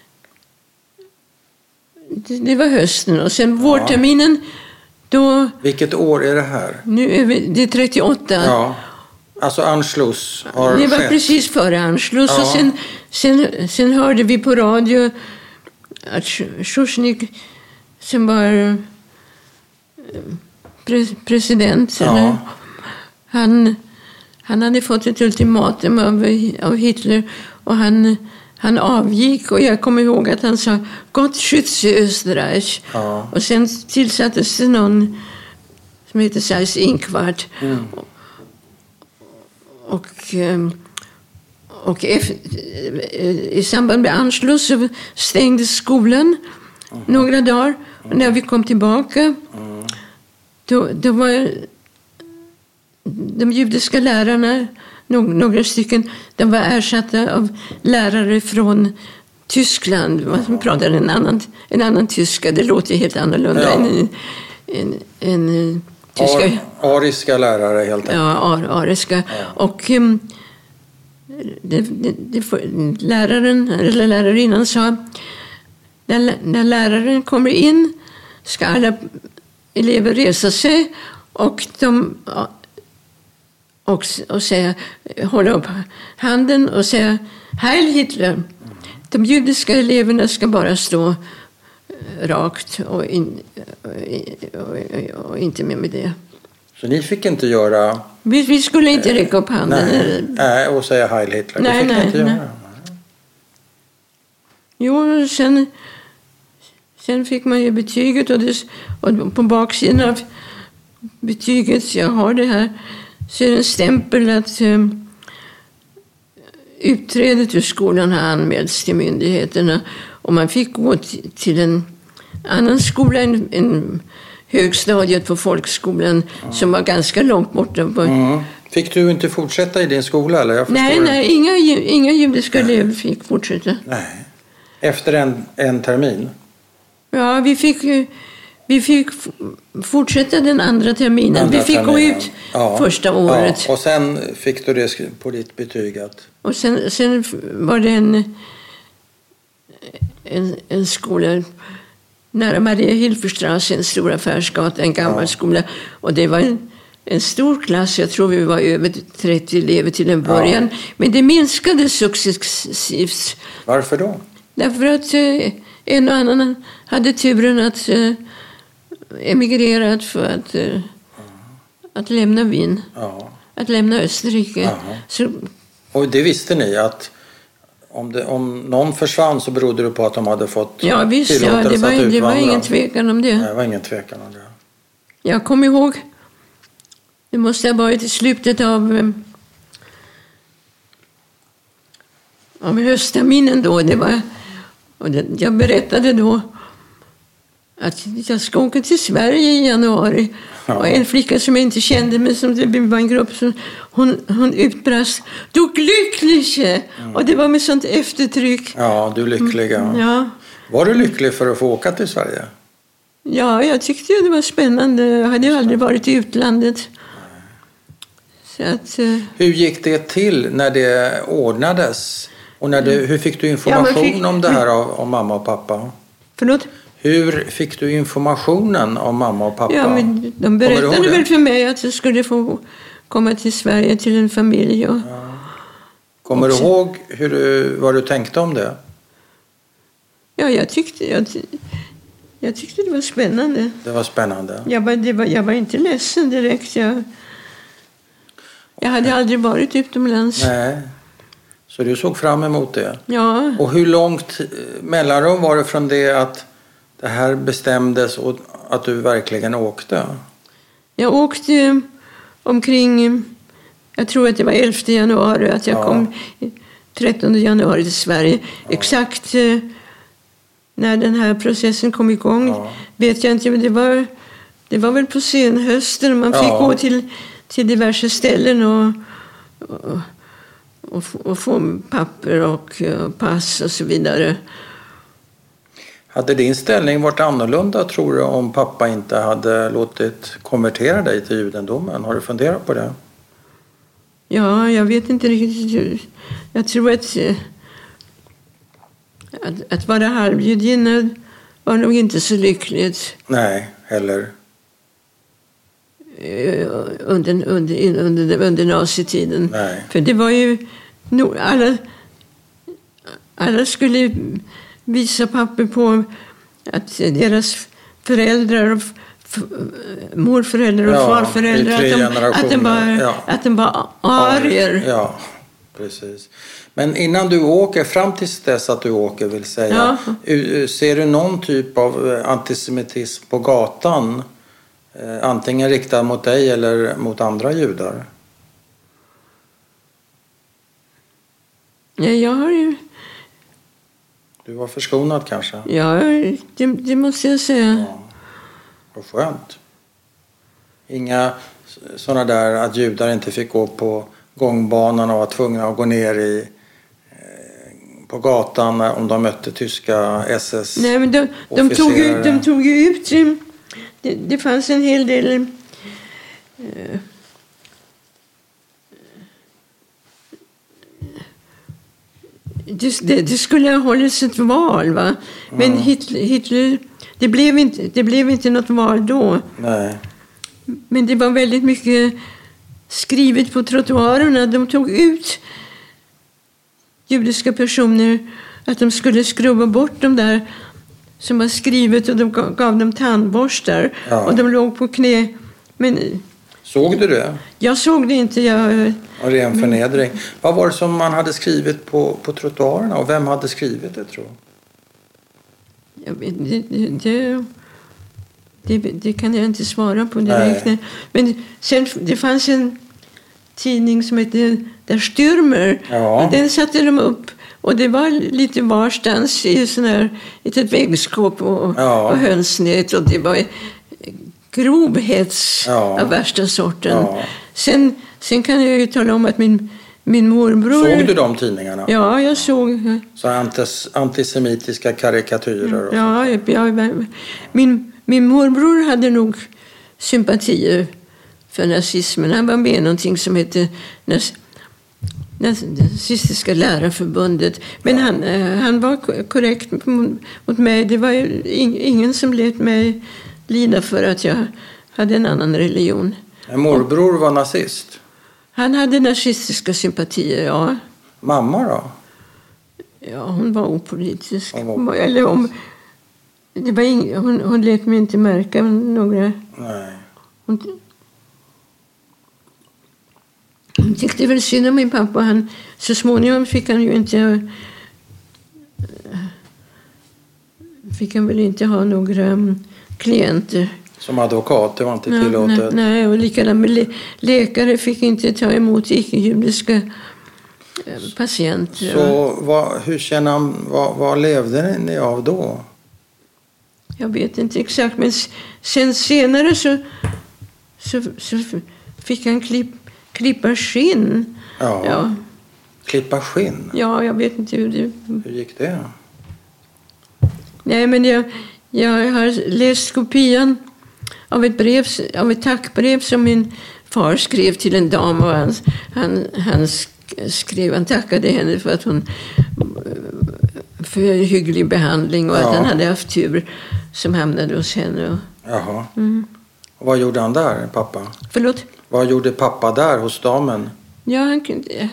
[SPEAKER 1] Det, det var hösten och sen ja. vårterminen då...
[SPEAKER 2] Vilket år är det här?
[SPEAKER 1] Nu är vi, det är trettioåtta.
[SPEAKER 2] Ja, alltså Anschluss har
[SPEAKER 1] Det var
[SPEAKER 2] skett.
[SPEAKER 1] Precis före Anschluss.
[SPEAKER 2] Ja.
[SPEAKER 1] Och sen, sen, sen hörde vi på radio att Schuschnigg som var pre- president.
[SPEAKER 2] Ja.
[SPEAKER 1] Eller, han, han hade fått ett ultimatum av, av Hitler och han... Han avgick och jag kommer ihåg att han sa Gott schütze Österreich. Ja. Och sen tillsattes det någon som heter Seis Inquart. Mm. Och, och efter, i samband med Anschluss så stängdes skolan mm. några dagar. Mm. När vi kom tillbaka, mm. då, då var de judiska lärarna, några stycken, de var ersatta av lärare från Tyskland. Man pratar en annan, en annan tyska, det låter helt annorlunda ja. än en, en, en tyska.
[SPEAKER 2] Ar, ariska lärare helt enkelt.
[SPEAKER 1] Ja, ar, ariska. Ja. Och um, det, det, det, läraren, eller lärarinnan sa, när, när läraren kommer in ska alla elever resa sig och de och, och säga, hålla upp handen och säga Heil Hitler. De judiska eleverna ska bara stå rakt och, in, och, och, och inte med med det.
[SPEAKER 2] Så ni fick inte göra...
[SPEAKER 1] Vi, vi skulle inte räcka upp handen.
[SPEAKER 2] Nej, nej och säga Heil Hitler.
[SPEAKER 1] Nej,
[SPEAKER 2] det fick
[SPEAKER 1] nej,
[SPEAKER 2] inte
[SPEAKER 1] nej.
[SPEAKER 2] Göra.
[SPEAKER 1] Jo, sen, sen fick man ju betyget och, det, och på baksidan av betyget, jag har det här, så är det en stämpel att um, utträdet ur skolan har anmälts till myndigheterna och man fick gå t- till en annan skola, en, en högstadiet på folkskolan mm. som var ganska långt borta. På...
[SPEAKER 2] Mm. Fick du inte fortsätta i din skola? Eller? Jag
[SPEAKER 1] nej, nej, inga, inga judiska elever fick fortsätta.
[SPEAKER 2] Nej. Efter en, en termin?
[SPEAKER 1] Ja, vi fick, vi fick fortsätta den andra terminen. Andra vi fick terminen. gå ut ja. första året.
[SPEAKER 2] Ja. Och sen fick du det på ditt betyg? Att...
[SPEAKER 1] Och sen, sen var det en, en, en skola nära Maria Hilferstrasse, en stor affärsgata, en gammal ja. skola. Och det var en, en stor klass, jag tror vi var över trettio elever till en början. Ja. Men det minskade successivt.
[SPEAKER 2] Varför då?
[SPEAKER 1] Därför att eh, en och annan hade turen att eh, emigrera för att, eh, att lämna Wien. Ja. Att lämna Österrike. Så,
[SPEAKER 2] och det visste ni att om, det, om någon försvann så berodde det på att de hade fått
[SPEAKER 1] ja, visst, ja, det var, det var ingen tvekan om det.
[SPEAKER 2] Nej, det var ingen tvekan om det.
[SPEAKER 1] Jag kommer ihåg, det måste ha varit i slutet av, eh, av höstterminen då. Det var, och det, jag berättade då att jag ska åka till Sverige i januari. Ja. Och en flicka som jag inte kände men som det var en grupp som hon, hon utbrast du lycklige! Mm. Och det var med sånt eftertryck.
[SPEAKER 2] Ja, du lyckliga.
[SPEAKER 1] Mm, ja.
[SPEAKER 2] Var du lycklig för att få åka till Sverige?
[SPEAKER 1] Ja, jag tyckte det var spännande. Jag hade ju aldrig varit i utlandet. Så att, uh...
[SPEAKER 2] hur gick det till när det ordnades? Och när det, hur fick du information ja, fick... om det här av, av mamma och pappa?
[SPEAKER 1] Förlåt?
[SPEAKER 2] Hur fick du informationen om mamma och pappa?
[SPEAKER 1] Ja, men de berättade väl för mig att jag skulle få komma till Sverige till en familj. Och,
[SPEAKER 2] ja. Kommer och, du ihåg hur du, vad du tänkte om det?
[SPEAKER 1] Ja, jag tyckte, jag, jag tyckte det var spännande.
[SPEAKER 2] Det var spännande?
[SPEAKER 1] Jag var, det var, jag var inte ledsen direkt. Jag, jag hade aldrig varit utomlands.
[SPEAKER 2] Nej. Så du såg fram emot det?
[SPEAKER 1] Ja.
[SPEAKER 2] Och hur långt mellanrum var det från det att det här bestämdes och att du verkligen åkte?
[SPEAKER 1] Jag åkte omkring, jag tror att det var elfte januari, att jag ja. kom trettonde januari till Sverige. Ja. Exakt när den här processen kom igång ja. vet jag inte, men det var, det var väl på senhösten. Man fick ja. gå till, till diverse ställen och, och, och, och få papper och, och pass och så vidare.
[SPEAKER 2] Hade din ställning varit annorlunda, tror du, om pappa inte hade låtit konvertera dig till judendomen? Har du funderat på det?
[SPEAKER 1] Ja, jag vet inte riktigt. Jag tror att, att, att vara halvjudinna var nog inte så lyckligt.
[SPEAKER 2] Nej, heller.
[SPEAKER 1] Under, under, under, under nazitiden.
[SPEAKER 2] Nej.
[SPEAKER 1] För det var ju... Alla, alla skulle... visa papper på att deras föräldrar och f- morföräldrar och ja, farföräldrar att de, att, de var, ja. att de var arier.
[SPEAKER 2] Ja, precis. Men innan du åker, fram till dess att du åker vill säga, ja. ser du någon typ av antisemitism på gatan? Antingen riktad mot dig eller mot andra judar?
[SPEAKER 1] Ja, jag har ju...
[SPEAKER 2] Du var förskonad kanske?
[SPEAKER 1] Ja, det, det måste jag säga.
[SPEAKER 2] Ja. Och skönt. Inga sådana där att judar inte fick gå på gångbanan och var tvungna att gå ner i på gatan om de mötte tyska S S.
[SPEAKER 1] Nej, men de, de, tog, ju, de tog ju ut... Det, det fanns en hel del... Eh, det, det, det skulle ha hållits ett val, va? Men mm. Hitler, Hitler det, blev inte, det blev inte något val då.
[SPEAKER 2] Nej.
[SPEAKER 1] Men det var väldigt mycket skrivet på trottoarerna. De tog ut judiska personer, att de skulle skrubba bort dem där som var skrivet, och de gav dem tandborstar. Ja. Och de låg på knä. Men
[SPEAKER 2] såg du det?
[SPEAKER 1] Jag såg det inte. Jag,
[SPEAKER 2] och ren förnedring. Men, vad var det som man hade skrivit på, på trottoarerna, och vem hade skrivit det, tror
[SPEAKER 1] jag? Vet, det, det, det, det kan jag inte svara på direkt. Nej. Men sen, det fanns en tidning som hette Der Stürmer. Ja. Den satte de upp. Och det var lite varstans i sån här, ett väggskåp och, ja. och hönsnät. Och det var grovhets ja. av värsta sorten. Ja. Sen, sen kan jag ju tala om att min, min morbror...
[SPEAKER 2] Såg du de tidningarna?
[SPEAKER 1] Ja, jag såg.
[SPEAKER 2] Så antis, antisemitiska karikatyrer? Och
[SPEAKER 1] ja, ja, min, min morbror hade nog sympatier för nazismen. Han var med i någonting som heter Nazistiska lärarförbundet. Men ja. han, han var korrekt mot mig. Det var ingen som lät mig lida för att jag hade en annan religion.
[SPEAKER 2] En morbror var nazist?
[SPEAKER 1] Han hade nazistiska sympatier, ja.
[SPEAKER 2] Mamma då?
[SPEAKER 1] Ja, hon var opolitisk. Hon var... Eller om... Det var ing... hon, hon lät mig inte märka några...
[SPEAKER 2] Nej.
[SPEAKER 1] Hon... Hon tyckte väl synd om min pappa. Han, så småningom fick han ju inte... Fick han väl inte ha några klienter.
[SPEAKER 2] Som advokat, det var inte tillåtet.
[SPEAKER 1] Nej, nej, och likadant med le- läkare fick inte ta emot icke-judiska patienter.
[SPEAKER 2] Så vad, hur känner han, vad, vad levde ni av då?
[SPEAKER 1] Jag vet inte exakt, men sen senare så, så, så fick han klipp, klippa skinn.
[SPEAKER 2] Ja. ja, klippa skinn?
[SPEAKER 1] Ja, jag vet inte hur det...
[SPEAKER 2] Hur gick det?
[SPEAKER 1] Nej, men jag, jag har läst kopian av ett brev, av ett tackbrev som min far skrev till en dam, och han, han, han skrev, han tackade henne för att hon för hygglig behandling och ja. att han hade haft tur som hamnade hos henne. Och,
[SPEAKER 2] jaha. Mm. Och vad gjorde han där, pappa?
[SPEAKER 1] Förlåt?
[SPEAKER 2] Vad gjorde pappa där hos damen?
[SPEAKER 1] Ja, han kunde...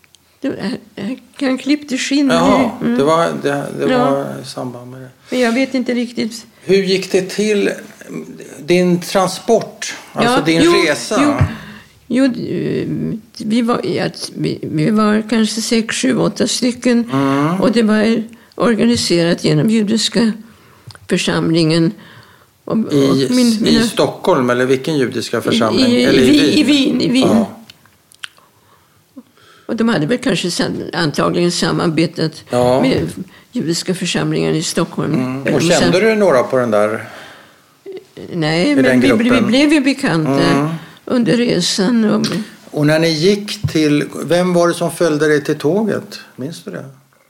[SPEAKER 1] Han klippte skinn.
[SPEAKER 2] Ja, mm. det var, det, det ja. var i samband med det.
[SPEAKER 1] Men jag vet inte riktigt.
[SPEAKER 2] Hur gick det till din transport? Alltså ja, din
[SPEAKER 1] jo,
[SPEAKER 2] resa?
[SPEAKER 1] Jo, jo, vi, var, ja, vi, vi var kanske sex, sju, åtta stycken. Mm. Och det var organiserat genom judiska församlingen. Och, och
[SPEAKER 2] I,
[SPEAKER 1] min, mina,
[SPEAKER 2] I Stockholm, eller vilken judiska församling?
[SPEAKER 1] I, i,
[SPEAKER 2] eller
[SPEAKER 1] i, i, i Wien. I Wien. Ja. Och de hade väl kanske antagligen samarbetat ja. med judiska församlingar i Stockholm.
[SPEAKER 2] Mm. Och kände du några på den där?
[SPEAKER 1] Nej, men vi, vi blev ju bekanta mm. under resan. Och...
[SPEAKER 2] och när ni gick till... Vem var det som följde dig till tåget? Minns du det?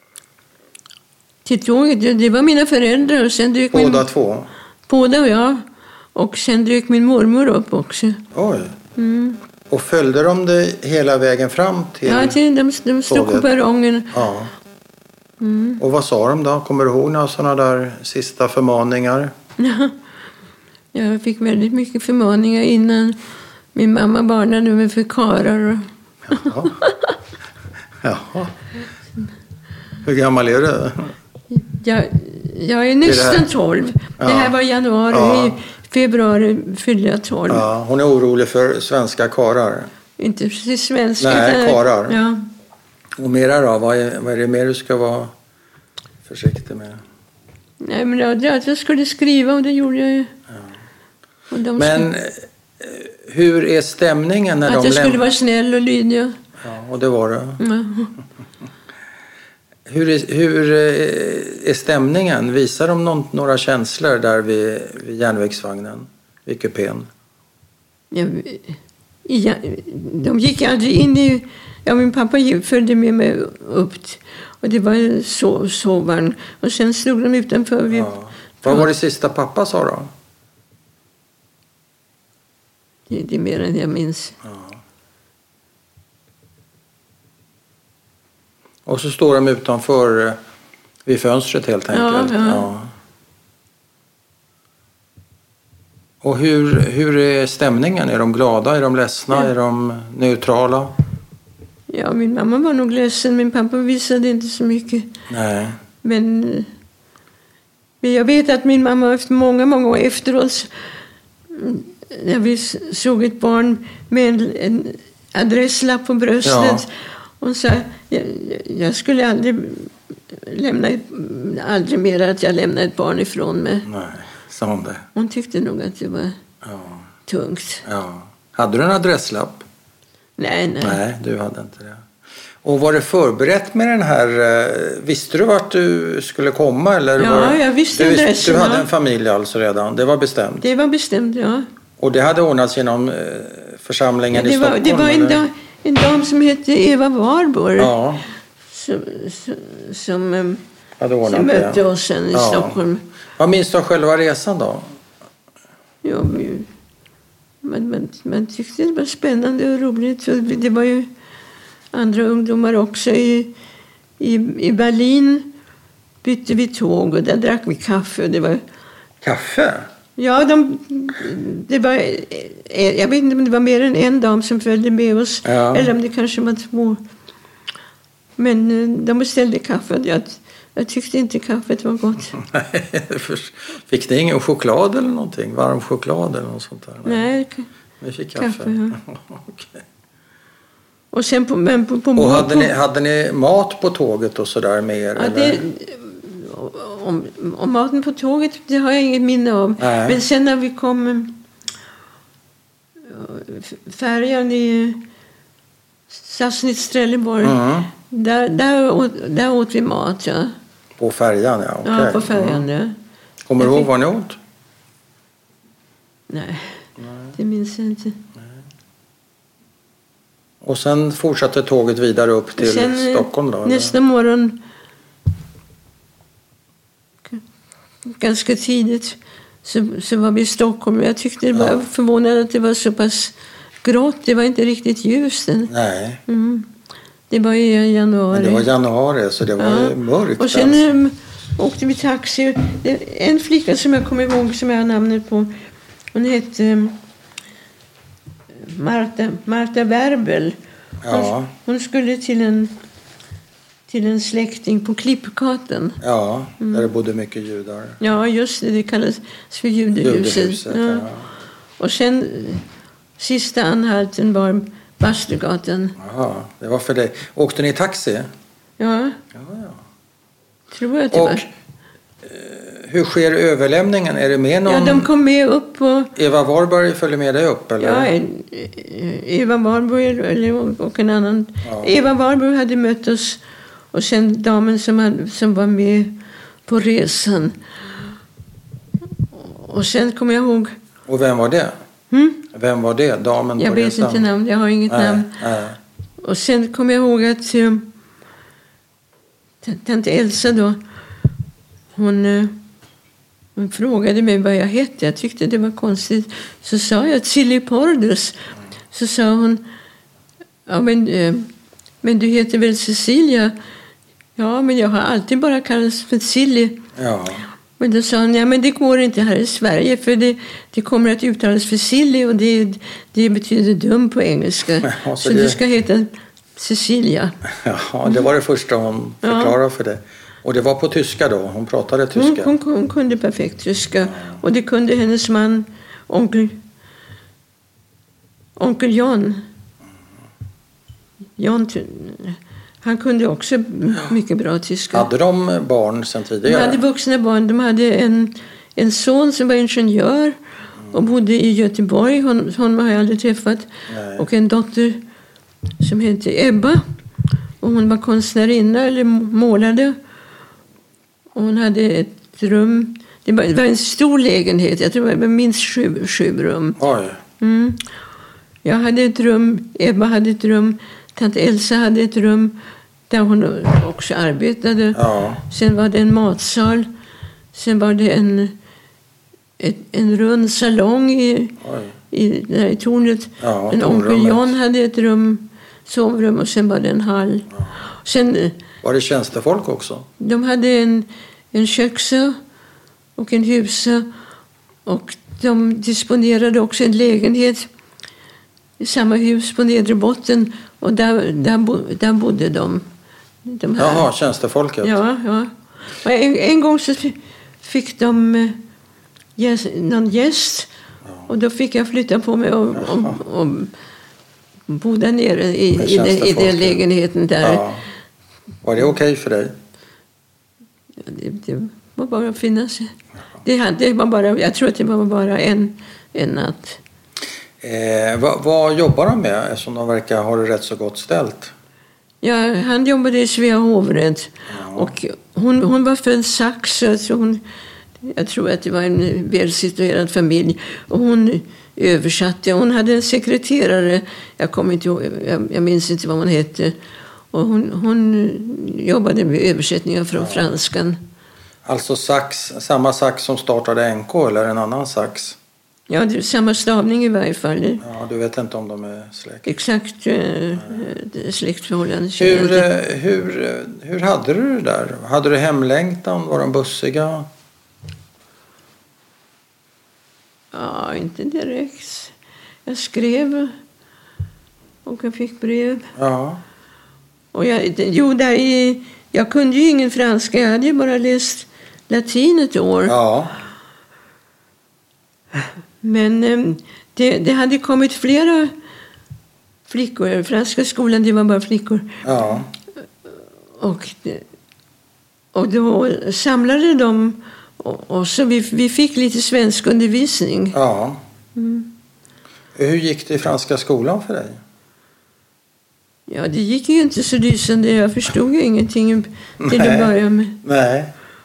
[SPEAKER 1] Till tåget? Det, det var mina föräldrar. Och sen dök
[SPEAKER 2] båda
[SPEAKER 1] min...
[SPEAKER 2] två?
[SPEAKER 1] Båda, ja. Och sen dök min mormor upp också.
[SPEAKER 2] Oj.
[SPEAKER 1] Mm.
[SPEAKER 2] Och följde de dig hela vägen fram till
[SPEAKER 1] ja, till de, de stod tåget. På perrongen.
[SPEAKER 2] Ja. Mm. Och vad sa de då? Kommer du ihåg några sådana där sista förmaningar?
[SPEAKER 1] Ja. Jag fick väldigt mycket förmaningar innan. Min mamma barnade mig för karar.
[SPEAKER 2] Jaha. Jaha. Hur gammal är du?
[SPEAKER 1] Jag, jag är nästan tolv. Ja. Det här var januari. Ja. I februari fyllde jag tolv.
[SPEAKER 2] Ja, hon är orolig för svenska karar.
[SPEAKER 1] Inte precis svenska.
[SPEAKER 2] Nej, karar.
[SPEAKER 1] Ja.
[SPEAKER 2] Och mera då? Vad är, vad är det mer du ska vara försiktig med?
[SPEAKER 1] Nej, men jag, jag skulle skriva och det gjorde jag ju.
[SPEAKER 2] Ja. Men ska... hur är stämningen när
[SPEAKER 1] att
[SPEAKER 2] de...
[SPEAKER 1] Att jag
[SPEAKER 2] läm...
[SPEAKER 1] skulle vara snäll och lydig.
[SPEAKER 2] Ja, och det var det.
[SPEAKER 1] Ja.
[SPEAKER 2] Hur är, hur är stämningen? Visar de någon, några känslor där vid, vid järnvägsvagnen, vid kupén?
[SPEAKER 1] Ja, ja, de gick aldrig in i... Ja, min pappa följde med mig upp. Och det var en sov, sovvagn. Och sen stod de utanför. Vi,
[SPEAKER 2] ja. Vad var det sista pappa sa då?
[SPEAKER 1] Det, det är mer än jag minns.
[SPEAKER 2] Ja. Och så står de utanför vid fönstret helt enkelt.
[SPEAKER 1] Ja, ja.
[SPEAKER 2] Ja. Och hur, hur är stämningen? Är de glada? Är de ledsna? Ja. Är de neutrala?
[SPEAKER 1] Ja, min mamma var nog ledsen. Min pappa visade inte så mycket.
[SPEAKER 2] Nej.
[SPEAKER 1] Men, men jag vet att min mamma efter många, många år efteråt, när vi såg ett barn med en, en adresslapp på bröstet, ja. Hon sa, jag, jag skulle aldrig lämna ett, aldrig mer att jag lämnar ett barn ifrån mig.
[SPEAKER 2] Nej, sa hon det?
[SPEAKER 1] Hon tyckte nog att det var
[SPEAKER 2] ja.
[SPEAKER 1] tungt.
[SPEAKER 2] Ja. Hade du en adresslapp?
[SPEAKER 1] Nej, nej.
[SPEAKER 2] Nej, du hade inte det. Och var det förberett med den här... Visste du vart du skulle komma? Eller
[SPEAKER 1] ja,
[SPEAKER 2] var,
[SPEAKER 1] jag visste
[SPEAKER 2] du,
[SPEAKER 1] adressen.
[SPEAKER 2] Du hade en familj alltså redan? Det var bestämt?
[SPEAKER 1] Det var bestämt, ja.
[SPEAKER 2] Och det hade ordnats genom församlingen
[SPEAKER 1] ja, det
[SPEAKER 2] i
[SPEAKER 1] var,
[SPEAKER 2] Stockholm?
[SPEAKER 1] Det var en, da, en dam som hette Eva Warborg.
[SPEAKER 2] Ja.
[SPEAKER 1] Som, som, som,
[SPEAKER 2] hade ordnat
[SPEAKER 1] som mötte
[SPEAKER 2] det.
[SPEAKER 1] oss sen i
[SPEAKER 2] ja.
[SPEAKER 1] Stockholm.
[SPEAKER 2] Vad minns du av själva resan då?
[SPEAKER 1] Ja, man, man, man tyckte det var spännande och roligt. Det var ju andra ungdomar också. I, i, i Berlin bytte vi tåg och där drack vi kaffe. Och det var...
[SPEAKER 2] Kaffe?
[SPEAKER 1] Ja, de, det var, jag vet inte om det var mer än en dam som följde med oss.
[SPEAKER 2] Ja.
[SPEAKER 1] Eller om det kanske var två. Men de beställde kaffe. Jag, jag tyckte inte kaffet var gott.
[SPEAKER 2] Fick ni ingen choklad eller någonting? Varm choklad eller något sånt där?
[SPEAKER 1] Nej,
[SPEAKER 2] vi fick kaffe.
[SPEAKER 1] kaffe ja.
[SPEAKER 2] Okay.
[SPEAKER 1] Och sen på, men på, på
[SPEAKER 2] och hade,
[SPEAKER 1] på,
[SPEAKER 2] ni, hade ni mat på tåget och sådär med er?
[SPEAKER 1] Ja,
[SPEAKER 2] eller?
[SPEAKER 1] Det, om, om maten på tåget, det har jag inget minne av.
[SPEAKER 2] Nej.
[SPEAKER 1] Men sen när vi kom färjan i Sassnitz-Trelleborg, mm. där, där, åt, där åt vi mat, ja.
[SPEAKER 2] På färjan, ja. Okay.
[SPEAKER 1] Ja, på färjan, ja.
[SPEAKER 2] Kommer du ihåg vad ni åt?
[SPEAKER 1] Nej, Nej, det minns jag inte.
[SPEAKER 2] Nej. Och sen fortsatte tåget vidare upp till sen, Stockholm då?
[SPEAKER 1] Nästa eller? morgon, ganska tidigt, så, så var vi i Stockholm. Jag tyckte det var ja. förvånande att det var så pass grått. Det var inte riktigt ljust.
[SPEAKER 2] Nej.
[SPEAKER 1] Mm. Det var i januari.
[SPEAKER 2] Men det var januari, så det var ja. mörkt.
[SPEAKER 1] Och sen alltså. åkte vi taxi. En flicka som jag kommer ihåg, som jag har namnet på, hon hette Marta, Marta Werbel. Hon,
[SPEAKER 2] ja.
[SPEAKER 1] hon skulle till en, till en släkting på Klippgatan.
[SPEAKER 2] Ja, mm. där det bodde mycket judar.
[SPEAKER 1] Ja, just det. Det kallas för judehuset. judehuset ja. Ja. Och sen sista anhalten var Bastugatan.
[SPEAKER 2] Jaha, det var för dig. Åkte ni taxi?
[SPEAKER 1] Ja.
[SPEAKER 2] Ja, ja.
[SPEAKER 1] Tror jag att det
[SPEAKER 2] och,
[SPEAKER 1] var.
[SPEAKER 2] Eh, hur sker överlämningen? Är det med någon?
[SPEAKER 1] Ja, de kom med upp på...
[SPEAKER 2] Eva Warborg följer med dig upp, eller?
[SPEAKER 1] Ja, Eva Warborg och en annan. Ja. Eva Warborg hade mött oss och sen damen som, hade, som var med på resan. Och sen kommer jag ihåg...
[SPEAKER 2] Och vem var det?
[SPEAKER 1] Hmm?
[SPEAKER 2] Vem var det? Damen
[SPEAKER 1] jag
[SPEAKER 2] på
[SPEAKER 1] vet
[SPEAKER 2] resan?
[SPEAKER 1] inte namn, jag har inget
[SPEAKER 2] nej,
[SPEAKER 1] namn.
[SPEAKER 2] Nej.
[SPEAKER 1] Och sen kommer jag ihåg att um, tant Elsa då, hon, uh, hon frågade mig vad jag hette. Jag tyckte det var konstigt. Så sa jag Silly Pordus. Så sa hon, ja men, uh, men du heter väl Cecilia? Ja, men jag har alltid bara kallats för Silly.
[SPEAKER 2] Ja.
[SPEAKER 1] Men då sa hon, ja men det går inte här i Sverige för det, det kommer att uttalas för silly och det, det betyder dum på engelska. Ja, så så det... du ska heta Cecilia.
[SPEAKER 2] Ja, det var det första hon förklarade ja. för det. Och det var på tyska då? Hon pratade tyska?
[SPEAKER 1] Hon, hon, hon kunde perfekt tyska. Ja. Och det kunde hennes man, onkel, onkel Jan. Jan, han kunde också mycket bra tyska.
[SPEAKER 2] Hade de barn sen tidigare?
[SPEAKER 1] De hade vuxna barn. De hade en, en son som var ingenjör och bodde i Göteborg. Hon, honom har jag aldrig träffat.
[SPEAKER 2] Nej.
[SPEAKER 1] Och en dotter som hette Ebba. Och Och hon var konstnärinna eller målade. Och hon hade ett rum. Det var, det var en stor lägenhet. Jag tror det var minst sju, sju rum.
[SPEAKER 2] Oj.
[SPEAKER 1] Mm. Jag hade ett rum. Ebba hade ett rum. Tant Elsa hade ett rum. Där hon också arbetade.
[SPEAKER 2] Ja.
[SPEAKER 1] Sen var det en matsal. Sen var det en, ett, en rund salong i, i, där i tornet.
[SPEAKER 2] Ja,
[SPEAKER 1] en onkel Jan hade ett rum, sovrum, och sen var det en hall.
[SPEAKER 2] Ja.
[SPEAKER 1] Sen,
[SPEAKER 2] var det tjänstefolk också?
[SPEAKER 1] De hade en, en köksö och en husö. Och de disponerade också en lägenhet i samma hus på nedre botten. Och där, där, bo, där bodde de. de här.
[SPEAKER 2] Jaha, tjänstefolket.
[SPEAKER 1] Ja, ja. Och en, en gång så fick de eh, gäst, någon gäst. Ja. Och då fick jag flytta på mig och, och, och bo där nere i, i, den, i den lägenheten där.
[SPEAKER 2] Ja. Var det okej för dig?
[SPEAKER 1] Ja, det, det var bara att finna sig. Det, det var bara, jag tror att det var bara en, en natt.
[SPEAKER 2] Eh, vad, vad jobbar de med eftersom de verkar ha det rätt så gott ställt?
[SPEAKER 1] Ja, han jobbade i Svea hovrätt. Ja. Och hon, hon var född sax, så hon, jag tror att det var en välsituerad familj. Och hon översatte. Hon hade en sekreterare, jag kommer inte ihåg, jag, jag minns inte vad hon hette. Och hon, hon jobbade med översättningar från ja. franskan.
[SPEAKER 2] Alltså sax, samma sax som startade N K eller en annan sax?
[SPEAKER 1] Ja, det är samma stavning i varje fall.
[SPEAKER 2] Ja, du vet inte om de är släkt?
[SPEAKER 1] Exakt äh, släktförhållande.
[SPEAKER 2] Hur, hur, hur hade du det där? Hade du hemlängtan? Var de bussiga?
[SPEAKER 1] Ja, inte direkt. Jag skrev och jag fick brev.
[SPEAKER 2] Ja.
[SPEAKER 1] Och jag, jo, där i, jag kunde ju ingen franska. Jag hade ju bara läst latin ett år.
[SPEAKER 2] Ja.
[SPEAKER 1] Men det, det hade kommit flera flickor. Franska skolan, det var bara flickor.
[SPEAKER 2] Ja.
[SPEAKER 1] Och, det, och då samlade de och, och så vi, vi fick lite svensk undervisning.
[SPEAKER 2] Ja.
[SPEAKER 1] Mm.
[SPEAKER 2] Hur gick det i franska skolan för dig?
[SPEAKER 1] Ja, det gick ju inte så lysande. Jag förstod ju ingenting till att börja med.
[SPEAKER 2] Nej.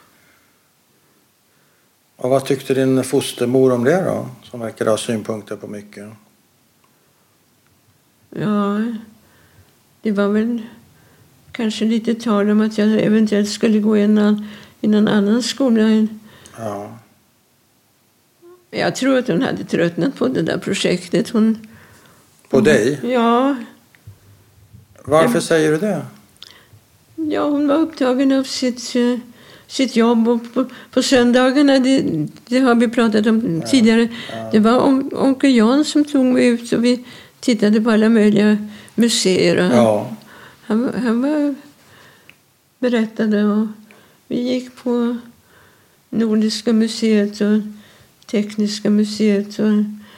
[SPEAKER 2] Och vad tyckte din fostermor om det då? Som verkar ha synpunkter på mycket.
[SPEAKER 1] Ja, det var väl kanske lite tal om att jag eventuellt skulle gå i en, i någon annan skola.
[SPEAKER 2] Ja.
[SPEAKER 1] Jag tror att hon hade tröttnat på det där projektet. Hon,
[SPEAKER 2] på
[SPEAKER 1] hon,
[SPEAKER 2] dig?
[SPEAKER 1] Ja.
[SPEAKER 2] Varför jag, säger du det?
[SPEAKER 1] Ja, hon var upptagen av sitt... sitt jobb och på, på söndagarna, det, det har vi pratat om ja, tidigare, ja. Det var on, onkel Jan som tog mig ut och vi tittade på alla möjliga museer. Och
[SPEAKER 2] ja.
[SPEAKER 1] han, han, han var berättade och vi gick på Nordiska museet och Tekniska museet och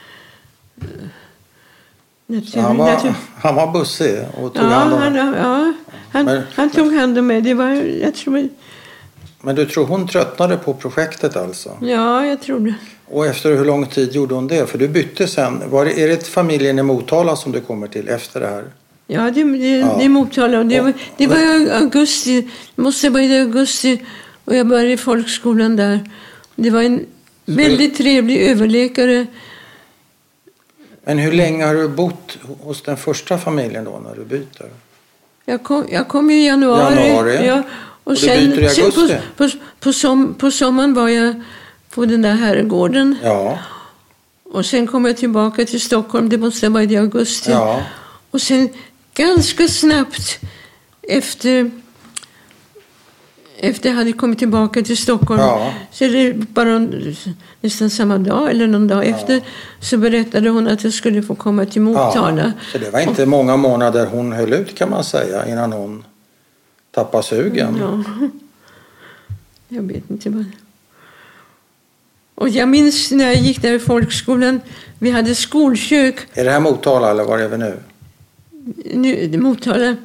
[SPEAKER 2] natur, han, var, natur. han var bussig och tog
[SPEAKER 1] ja,
[SPEAKER 2] hand om
[SPEAKER 1] han, ja, han,
[SPEAKER 2] men,
[SPEAKER 1] han tog hand om mig. Det var, jag tror
[SPEAKER 2] Men du tror hon tröttnade på projektet alltså?
[SPEAKER 1] Ja, jag tror det.
[SPEAKER 2] Och efter hur lång tid gjorde hon det? För du bytte sen. Var det, är det familjen i Motala som du kommer till efter det här?
[SPEAKER 1] Ja, det, det, ja. det är Motala. Det, var, det var i augusti. Det måste vara i augusti. Och jag började i folkskolan där. Det var en väldigt trevlig överläkare.
[SPEAKER 2] Men hur länge har du bott hos den första familjen då när du byter?
[SPEAKER 1] Jag kom, jag kom i januari.
[SPEAKER 2] Januari.
[SPEAKER 1] Ja. Och, och
[SPEAKER 2] sen, byter i
[SPEAKER 1] sen
[SPEAKER 2] augusti?
[SPEAKER 1] på, på, på, som, på sommaren var jag på den där herrgården.
[SPEAKER 2] Ja.
[SPEAKER 1] Och sen kom jag tillbaka till Stockholm. Det måste ha varit i augusti.
[SPEAKER 2] Ja.
[SPEAKER 1] Och sen ganska snabbt efter... Efter jag hade kommit tillbaka till Stockholm.
[SPEAKER 2] Ja.
[SPEAKER 1] Så är det bara nästan samma dag eller någon dag ja. efter. Så berättade hon att jag skulle få komma till Motala.
[SPEAKER 2] Ja. Så det var inte och, många månader hon höll ut kan man säga. Innan hon tappade sugen.
[SPEAKER 1] Ja. Jag vet inte vad. Och jag minns när jag gick där i folkskolan. Vi hade skolkök.
[SPEAKER 2] Är det här Motala eller var är vi nu?
[SPEAKER 1] Nu Motala. Mm.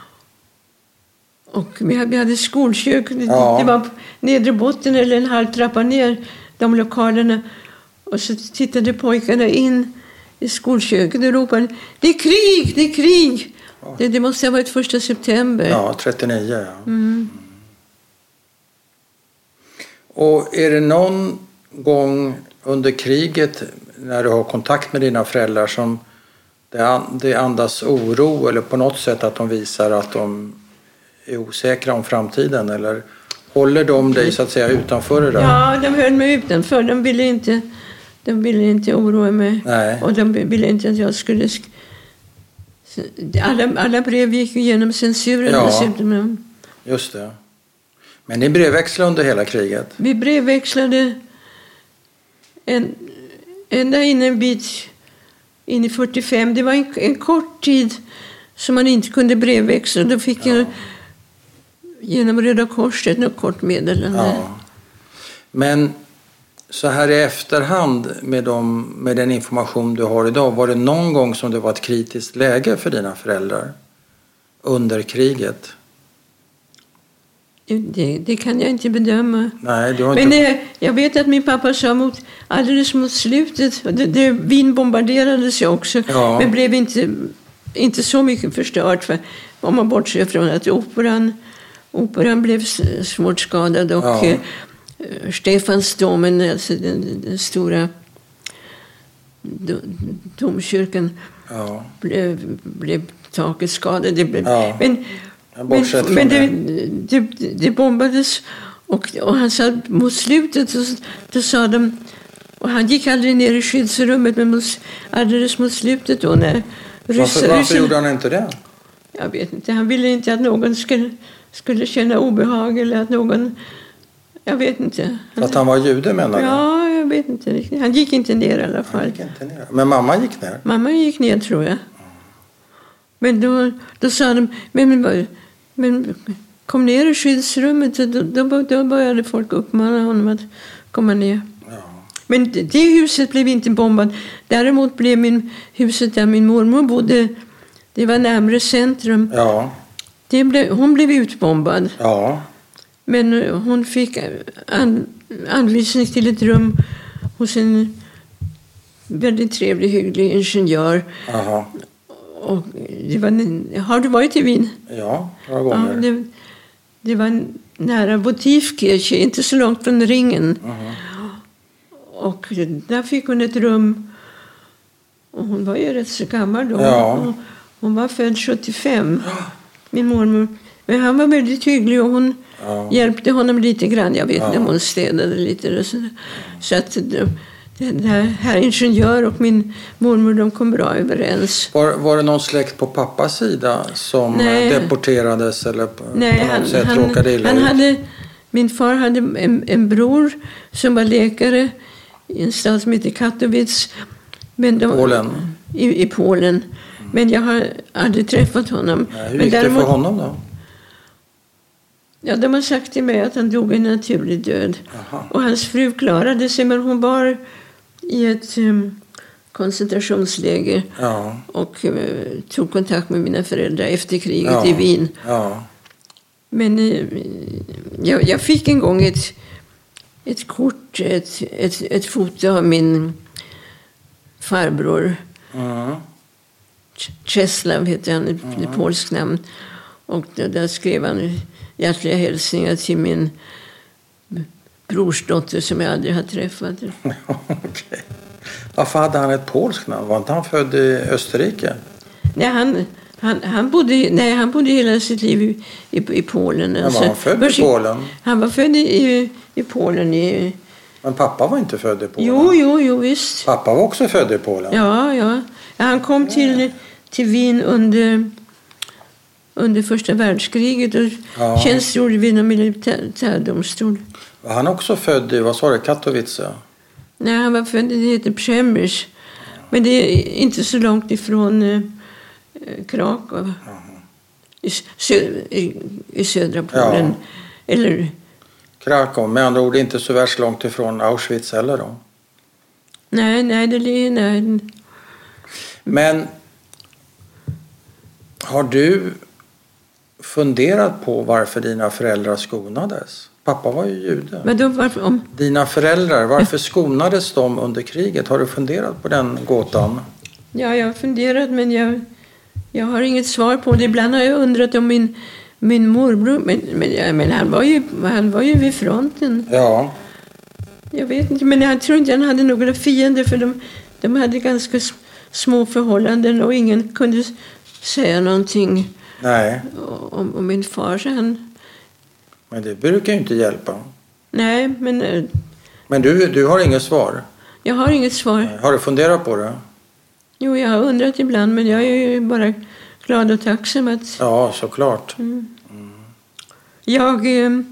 [SPEAKER 1] Och vi hade skolkök.
[SPEAKER 2] Ja.
[SPEAKER 1] Det var på nedre botten eller en halv trappa ner de lokalerna. Och så tittade pojkarna in i skolköket och ropade: det är krig, det är krig! Det, det måste ha varit första september.
[SPEAKER 2] Ja, trettionio. Ja.
[SPEAKER 1] Mm.
[SPEAKER 2] Mm. Och är det någon gång under kriget när du har kontakt med dina föräldrar som det andas oro eller på något sätt att de visar att de är osäkra om framtiden, eller håller de dig så att säga utanför det där?
[SPEAKER 1] Ja, de höll mig utanför. De ville inte, de ville inte oroa mig.
[SPEAKER 2] Nej.
[SPEAKER 1] Och de ville inte att jag skulle... Alla, alla brev gick igenom censuren.
[SPEAKER 2] Ja, just det. Men ni brevväxlade under hela kriget?
[SPEAKER 1] Vi brevväxlade en, ända in en bit in i fyrtiofem. Det var en, en kort tid som man inte kunde brevväxla. Då fick ja. jag genom Röda Korset något kort meddelande.
[SPEAKER 2] Ja. Men så här i efterhand med, de, med den information du har idag, var det någon gång som det var ett kritiskt läge för dina föräldrar under kriget?
[SPEAKER 1] Det, det kan jag inte bedöma.
[SPEAKER 2] Nej, du har
[SPEAKER 1] Men
[SPEAKER 2] inte...
[SPEAKER 1] det, jag vet att min pappa sa mot, alldeles mot slutet, det, det, Wien bombarderades ju också,
[SPEAKER 2] ja. men
[SPEAKER 1] blev inte, inte så mycket förstört. För, om man bortser från att operan, operan blev svårt skadad och ja. eh, Stefansdomen, alltså den, den stora domkyrkan, ja. blev, blev taket skadat. Det blev,
[SPEAKER 2] ja.
[SPEAKER 1] Men Men, men det, det, det bombades och, och han sa mot slutet så, då sa de, och han gick aldrig ner i skyddsrummet, men mot, alldeles mot slutet då när
[SPEAKER 2] ryssen, varför, varför gjorde han inte det?
[SPEAKER 1] Jag vet inte, han ville inte att någon skulle, skulle känna obehag eller att någon, jag vet inte.
[SPEAKER 2] Han, att han var jude menar du?
[SPEAKER 1] Ja, jag vet inte riktigt. Han gick inte ner i alla fall.
[SPEAKER 2] Han gick inte ner. Men mamma gick ner?
[SPEAKER 1] Mamma gick ner tror jag. Men då, då sa de, men, men kom ner i skyddsrummet. Då, då, då började folk uppmana honom att komma ner. Ja. Men det, det huset blev inte bombat. Däremot blev min, huset där min mormor bodde, det var närmare centrum.
[SPEAKER 2] Ja.
[SPEAKER 1] Det blev, hon blev utbombad.
[SPEAKER 2] Ja.
[SPEAKER 1] Men hon fick an, anvisning till ett rum hos en väldigt trevlig, hygglig ingenjör.
[SPEAKER 2] Aha.
[SPEAKER 1] Och det var, har du varit i Wien?
[SPEAKER 2] Ja, några gånger.
[SPEAKER 1] Ja, det, det var nära Votivkirche, inte så långt från ringen. Uh-huh. Och där fick hon ett rum. Och hon var ju rätt så gammal då.
[SPEAKER 2] Ja.
[SPEAKER 1] Hon var född sjuttiofem, min mormor. Men han var väldigt hygglig och hon ja. hjälpte honom lite grann. Jag vet inte ja. om hon städade lite. Och så, så att... Den här, här ingenjör och min mormor, de kom bra överens.
[SPEAKER 2] Var, var det någon släkt på pappas sida som Nej. deporterades eller på,
[SPEAKER 1] Nej,
[SPEAKER 2] på något
[SPEAKER 1] han,
[SPEAKER 2] sätt
[SPEAKER 1] han,
[SPEAKER 2] råkade illa
[SPEAKER 1] han
[SPEAKER 2] ut?
[SPEAKER 1] hade, min far hade en, en bror som var läkare i en stad som heter Katowice. Men de,
[SPEAKER 2] Polen?
[SPEAKER 1] I, i Polen. Mm. Men jag har aldrig träffat honom.
[SPEAKER 2] Nej, hur
[SPEAKER 1] men
[SPEAKER 2] gick däremot, det för honom då?
[SPEAKER 1] Ja, de har sagt till mig att han dog en naturlig död.
[SPEAKER 2] Aha.
[SPEAKER 1] Och hans fru klarade sig, men hon var i ett um, koncentrationsläger
[SPEAKER 2] ja.
[SPEAKER 1] och uh, tog kontakt med mina föräldrar efter kriget ja. i Wien.
[SPEAKER 2] Ja.
[SPEAKER 1] Men uh, jag, jag fick en gång ett, ett kort, ett, ett, ett foto av min farbror.
[SPEAKER 2] Mm.
[SPEAKER 1] Czeslaw heter han, ett
[SPEAKER 2] mm.
[SPEAKER 1] polskt namn. Och där, där skrev han hjärtliga hälsningar till min brorsdotter som jag aldrig har träffat.
[SPEAKER 2] Okay. Varför hade han ett polskt namn? Var inte han född i Österrike?
[SPEAKER 1] Nej, han, han, han, bodde, nej, han bodde hela sitt liv i, i, i Polen.
[SPEAKER 2] Men var han född i Polen?
[SPEAKER 1] Han var född i, i Polen. I,
[SPEAKER 2] Men pappa var inte född i Polen?
[SPEAKER 1] Jo, jo, jo, visst.
[SPEAKER 2] Pappa var också född i Polen?
[SPEAKER 1] Ja, ja. Han kom till, till Wien under... under första världskriget och ja. tjänstgjorde vid en militärdomstol.
[SPEAKER 2] Var han också född i, vad sa du, Katowice?
[SPEAKER 1] Nej, han var född, det heter Przemyśl. Men det är inte så långt ifrån eh, Krakow. Ja. I, sö, i, I södra Polen. Ja. Eller...
[SPEAKER 2] Krakow, med andra ord inte så värst långt ifrån Auschwitz heller då?
[SPEAKER 1] Nej, nej, det är nej.
[SPEAKER 2] Men har du funderat på varför dina föräldrar skonades? Pappa var ju jude.
[SPEAKER 1] Men då, varför, om...
[SPEAKER 2] Dina föräldrar, varför skonades de under kriget? Har du funderat på den gåtan?
[SPEAKER 1] Ja, jag har funderat, men jag, Jag har inget svar på det. Ibland har jag undrat om min, min morbror... Men, men, ja, men han, var ju, han var ju vid fronten.
[SPEAKER 2] Ja.
[SPEAKER 1] Jag vet inte, men jag tror inte han hade några fiender. För de, de hade ganska små förhållanden. Och ingen kunde säga någonting
[SPEAKER 2] Nej.
[SPEAKER 1] om, om min far. Så han...
[SPEAKER 2] Men det brukar ju inte hjälpa.
[SPEAKER 1] Nej, men...
[SPEAKER 2] Men du, du har inget svar?
[SPEAKER 1] Jag har inget svar.
[SPEAKER 2] Har du funderat på det?
[SPEAKER 1] Jo, jag har undrat ibland, men jag är ju bara glad och tacksam att...
[SPEAKER 2] Ja, såklart.
[SPEAKER 1] Mm. Mm. Jag... Eh,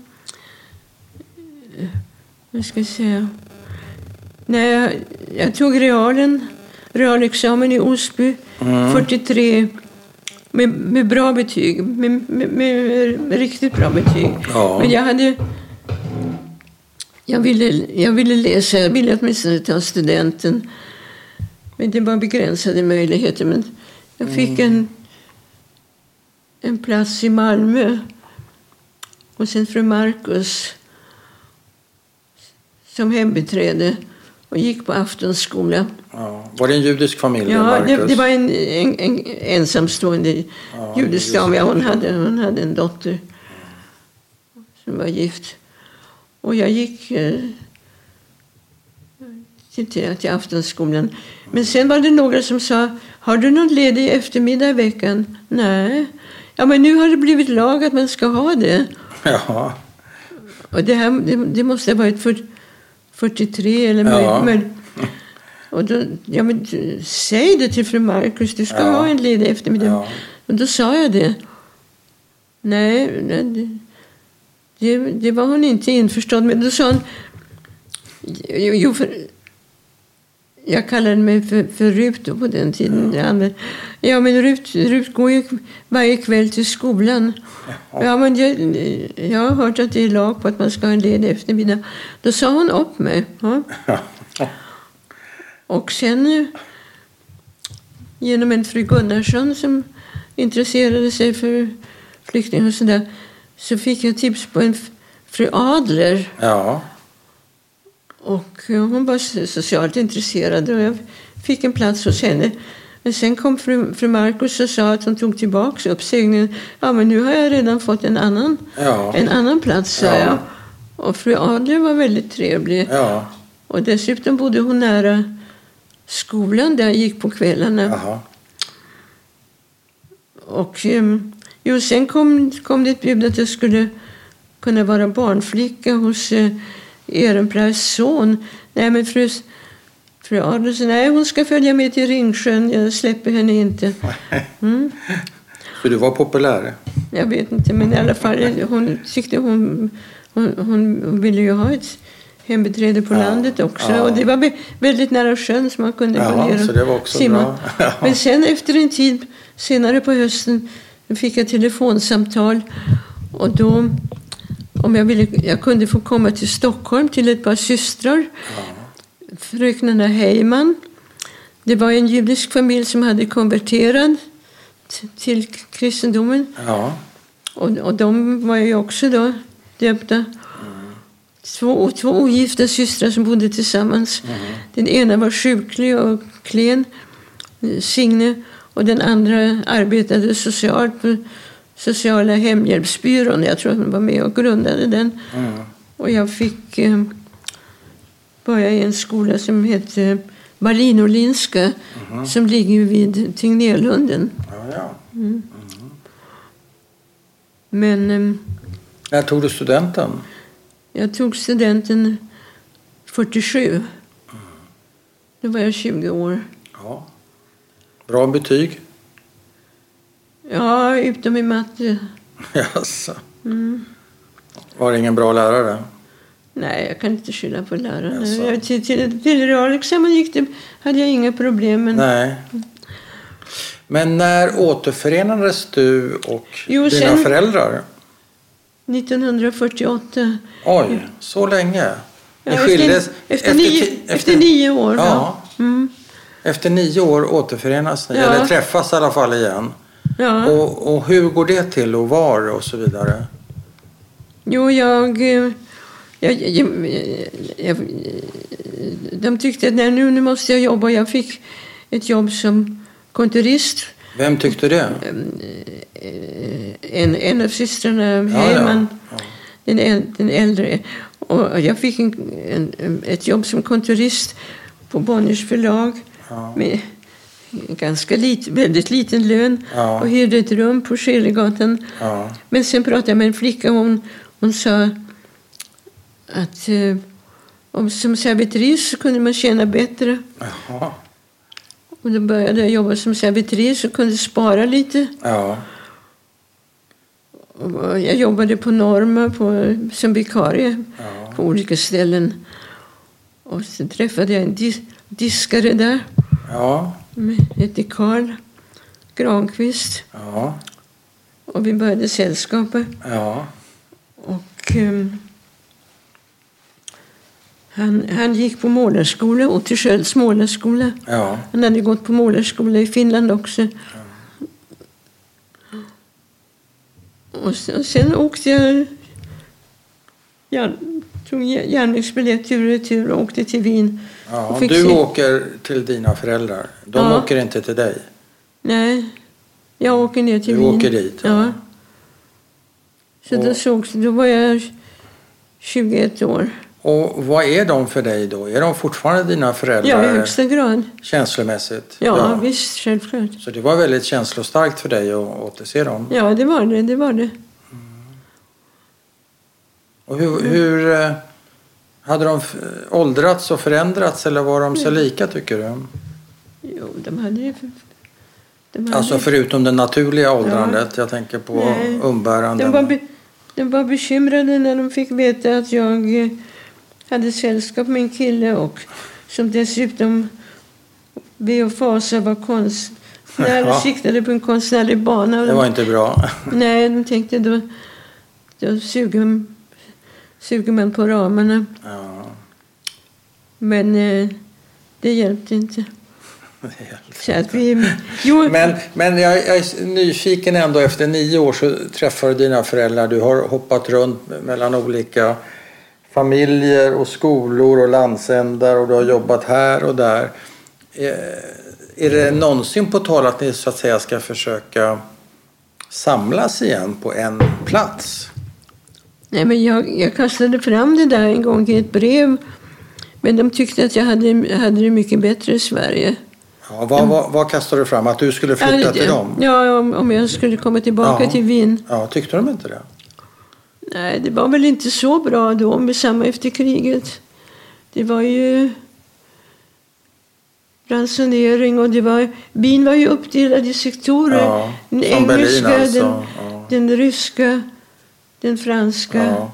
[SPEAKER 1] vad ska jag säga? När jag, jag tog realen, realexamen i Osby, mm. fyrtiotre, med, med bra betyg, med, med, med, med riktigt bra betyg.
[SPEAKER 2] Ja.
[SPEAKER 1] Men jag hade... Jag ville, jag ville läsa, jag ville åtminstone ta studenten. Men det var begränsade möjligheter. Men jag fick en, en plats i Malmö. Och sen fru Marcus som hembiträde. Och gick på aftonskola.
[SPEAKER 2] Ja. Var det en judisk familj?
[SPEAKER 1] Ja, det, det var en, en, en ensamstående ja, judisk dam. Ja, hon, hade, hon hade en dotter som var gift. Och jag gick eh, till, till aftonskolan. Men sen var det några som sa, har du någon ledig eftermiddag i veckan? Nej. Ja, men nu har det blivit lag att man ska ha det.
[SPEAKER 2] Ja.
[SPEAKER 1] Och det här det, det måste ha varit för, fyrtiotre eller
[SPEAKER 2] ja.
[SPEAKER 1] mer. Och då, ja men säg det till fru Marcus, du ska ja. ha en ledig eftermiddag. Ja. Och då sa jag det. Nej, nej det, det, det var hon inte införstådd med. Då sa hon, jo, för, jag kallade mig för, för Rut då på den tiden. Ja, ja men Rut, Rut går ju varje kväll till skolan. Ja, ja men jag, jag har hört att det är lag på att man ska ha en ledig eftermiddag. Då sa hon upp mig. Ja. Och sen genom en fru Gunnarsson som intresserade sig för flyktingar och sådär, så fick jag tips på en fru Adler.
[SPEAKER 2] Ja.
[SPEAKER 1] Och hon var socialt intresserad och jag fick en plats hos henne. Men sen kom fru, fru Marcus och sa att hon tog tillbaka uppsägningen. Ja, men nu har jag redan fått en annan, ja. en annan plats, sa ja. jag. Och fru Adler var väldigt trevlig.
[SPEAKER 2] Ja.
[SPEAKER 1] Och dessutom bodde hon nära skolan där jag gick på kvällarna.
[SPEAKER 2] Jaha.
[SPEAKER 1] Och um, jo, sen kom, kom det ett bud att jag skulle kunna vara barnflicka hos uh, Ehrenpreis son. Nej, men fru, fru Adler sa, nej, hon ska följa med till Ringsjön. Jag släpper henne inte. Mm.
[SPEAKER 2] För du var populär?
[SPEAKER 1] Jag vet inte, men i alla fall hon tyckte hon, hon, hon ville ju ha ett hembiträde på ja, landet också. Ja. Och det var väldigt nära sjön så man kunde
[SPEAKER 2] ja,
[SPEAKER 1] gå ner och
[SPEAKER 2] så det var också
[SPEAKER 1] simma.
[SPEAKER 2] Bra. Ja.
[SPEAKER 1] Men sen efter en tid, senare på hösten, fick jag telefonsamtal. Och då, om jag, ville, jag kunde få komma till Stockholm till ett par systrar. Ja. Fröknarna Heyman. Det var en judisk familj som hade konverterat t- till kristendomen.
[SPEAKER 2] Ja.
[SPEAKER 1] Och, och de var ju också då döpta. Två, två ogifta systrar som bodde tillsammans. Mm. Den ena var sjuklig och klen, Signe. Och den andra arbetade socialt på sociala hemhjälpsbyrån. Jag tror att hon var med och grundade den. Mm. Och jag fick eh, börja i en skola som heter Berlinolinska. Mm. Som ligger vid Tegnérlunden.
[SPEAKER 2] Ja, ja.
[SPEAKER 1] Mm. Mm. Men... Eh,
[SPEAKER 2] När tog du studenten?
[SPEAKER 1] Jag tog studenten fyrtiosju. Mm. Då var jag tjugo år.
[SPEAKER 2] Ja. Bra betyg?
[SPEAKER 1] Ja, utom i matte.
[SPEAKER 2] Jaså.
[SPEAKER 1] Mm.
[SPEAKER 2] Var det ingen bra lärare?
[SPEAKER 1] Nej, jag kan inte skylla på lärarna. Jag, till, till, till realexamen gick det, hade jag inga problem. Men...
[SPEAKER 2] Nej. Men när återförenades du och
[SPEAKER 1] jo,
[SPEAKER 2] dina
[SPEAKER 1] sen...
[SPEAKER 2] föräldrar?
[SPEAKER 1] nittonhundrafyrtioåtta.
[SPEAKER 2] Oj, så länge. Ni
[SPEAKER 1] ja,
[SPEAKER 2] skildes
[SPEAKER 1] efter, efter, nio, efter, efter nio år.
[SPEAKER 2] Ja.
[SPEAKER 1] ja. Mm.
[SPEAKER 2] Efter nio år återförenas ni,
[SPEAKER 1] ja.
[SPEAKER 2] eller träffas i alla fall igen.
[SPEAKER 1] Ja.
[SPEAKER 2] Och, och hur går det till och var och så vidare?
[SPEAKER 1] Jo, jag... jag, jag, jag, jag de tyckte att nej, nu, nu måste jag jobba. Jag fick ett jobb som kontorist
[SPEAKER 2] Vem tyckte det?
[SPEAKER 1] En, en av systrarna, Heyman, ja, ja. Ja. Den, den äldre. Och jag fick en, en, ett jobb som kontorist på Bonniers förlag. Ja. Med en ganska lit, väldigt liten lön. Ja. Och hyrde ett rum på Schelegatan. Ja. Men sen pratade jag med en flicka. Hon, hon sa att eh, om, som servitris så kunde man tjäna bättre.
[SPEAKER 2] Jaha.
[SPEAKER 1] Och då började jag jobba som servitris och kunde spara lite. Ja. Och jag jobbade på Norma på, som vikarie ja. På olika ställen. Och sen träffade jag en dis, diskare där. Ja. Med, hette Karl Granqvist. Ja. Och vi började sällskapa. Ja. Och um, han, han gick på målarskola, och till Skölds målarskola. Ja. Han hade gått på målarskola i Finland också. Ja. Och sen, och sen åkte jag, jag tog järnvägsbiljett tur och retur och åkte till Wien.
[SPEAKER 2] Ja, du se... åker till dina föräldrar. De ja. Åker inte till dig.
[SPEAKER 1] Nej, jag åker ner till
[SPEAKER 2] du
[SPEAKER 1] Wien.
[SPEAKER 2] Du åker dit. Ja.
[SPEAKER 1] Ja. Så och... då, sågs, då var jag tjugoett år.
[SPEAKER 2] Och vad är de för dig då? Är de fortfarande dina föräldrar?
[SPEAKER 1] Ja, i högsta grad.
[SPEAKER 2] Känslomässigt?
[SPEAKER 1] Ja, ja. Visst, självklart.
[SPEAKER 2] Så det var väldigt känslostarkt för dig att återse dem?
[SPEAKER 1] Ja, det var det. det, var det. Mm.
[SPEAKER 2] Och hur, hur hade de åldrats och förändrats, eller var de så lika, tycker du?
[SPEAKER 1] Jo, de hade ju... De hade...
[SPEAKER 2] Alltså förutom det naturliga åldrandet, ja. Jag tänker på Nej. umbäranden.
[SPEAKER 1] De var, be... de var bekymrade när de fick veta att jag hade sällskap med en kille, och som dessutom Beofasa var konstnär och ja. Siktade på en konstnärlig bana.
[SPEAKER 2] Det var inte bra.
[SPEAKER 1] Nej, de tänkte då, då suger, suger man på ramarna. Ja. Men eh, det hjälpte inte. Så att vi, jo,
[SPEAKER 2] men men jag, jag är nyfiken ändå, efter nio år så träffar du dina föräldrar. Du har hoppat runt mellan olika familjer och skolor och landsändar, och du har jobbat här och där. Är, är det någonsin på tal att ni så att säga ska försöka samlas igen på en plats?
[SPEAKER 1] Nej, men jag, jag kastade fram det där en gång i ett brev, men de tyckte att jag hade, hade det mycket bättre i Sverige.
[SPEAKER 2] Ja, vad, vad, vad kastade du fram? Att du skulle flytta ja, till dem?
[SPEAKER 1] Ja, om, om jag skulle komma tillbaka
[SPEAKER 2] ja.
[SPEAKER 1] till Wien.
[SPEAKER 2] Ja, tyckte de inte det?
[SPEAKER 1] Nej, det var väl inte så bra då, med samma efter kriget. Det var ju ransonering, och det var, Wien var ju uppdelad i sektorer. Ja, den engelska, Berlin alltså. den, ja. den ryska, den franska. Ja.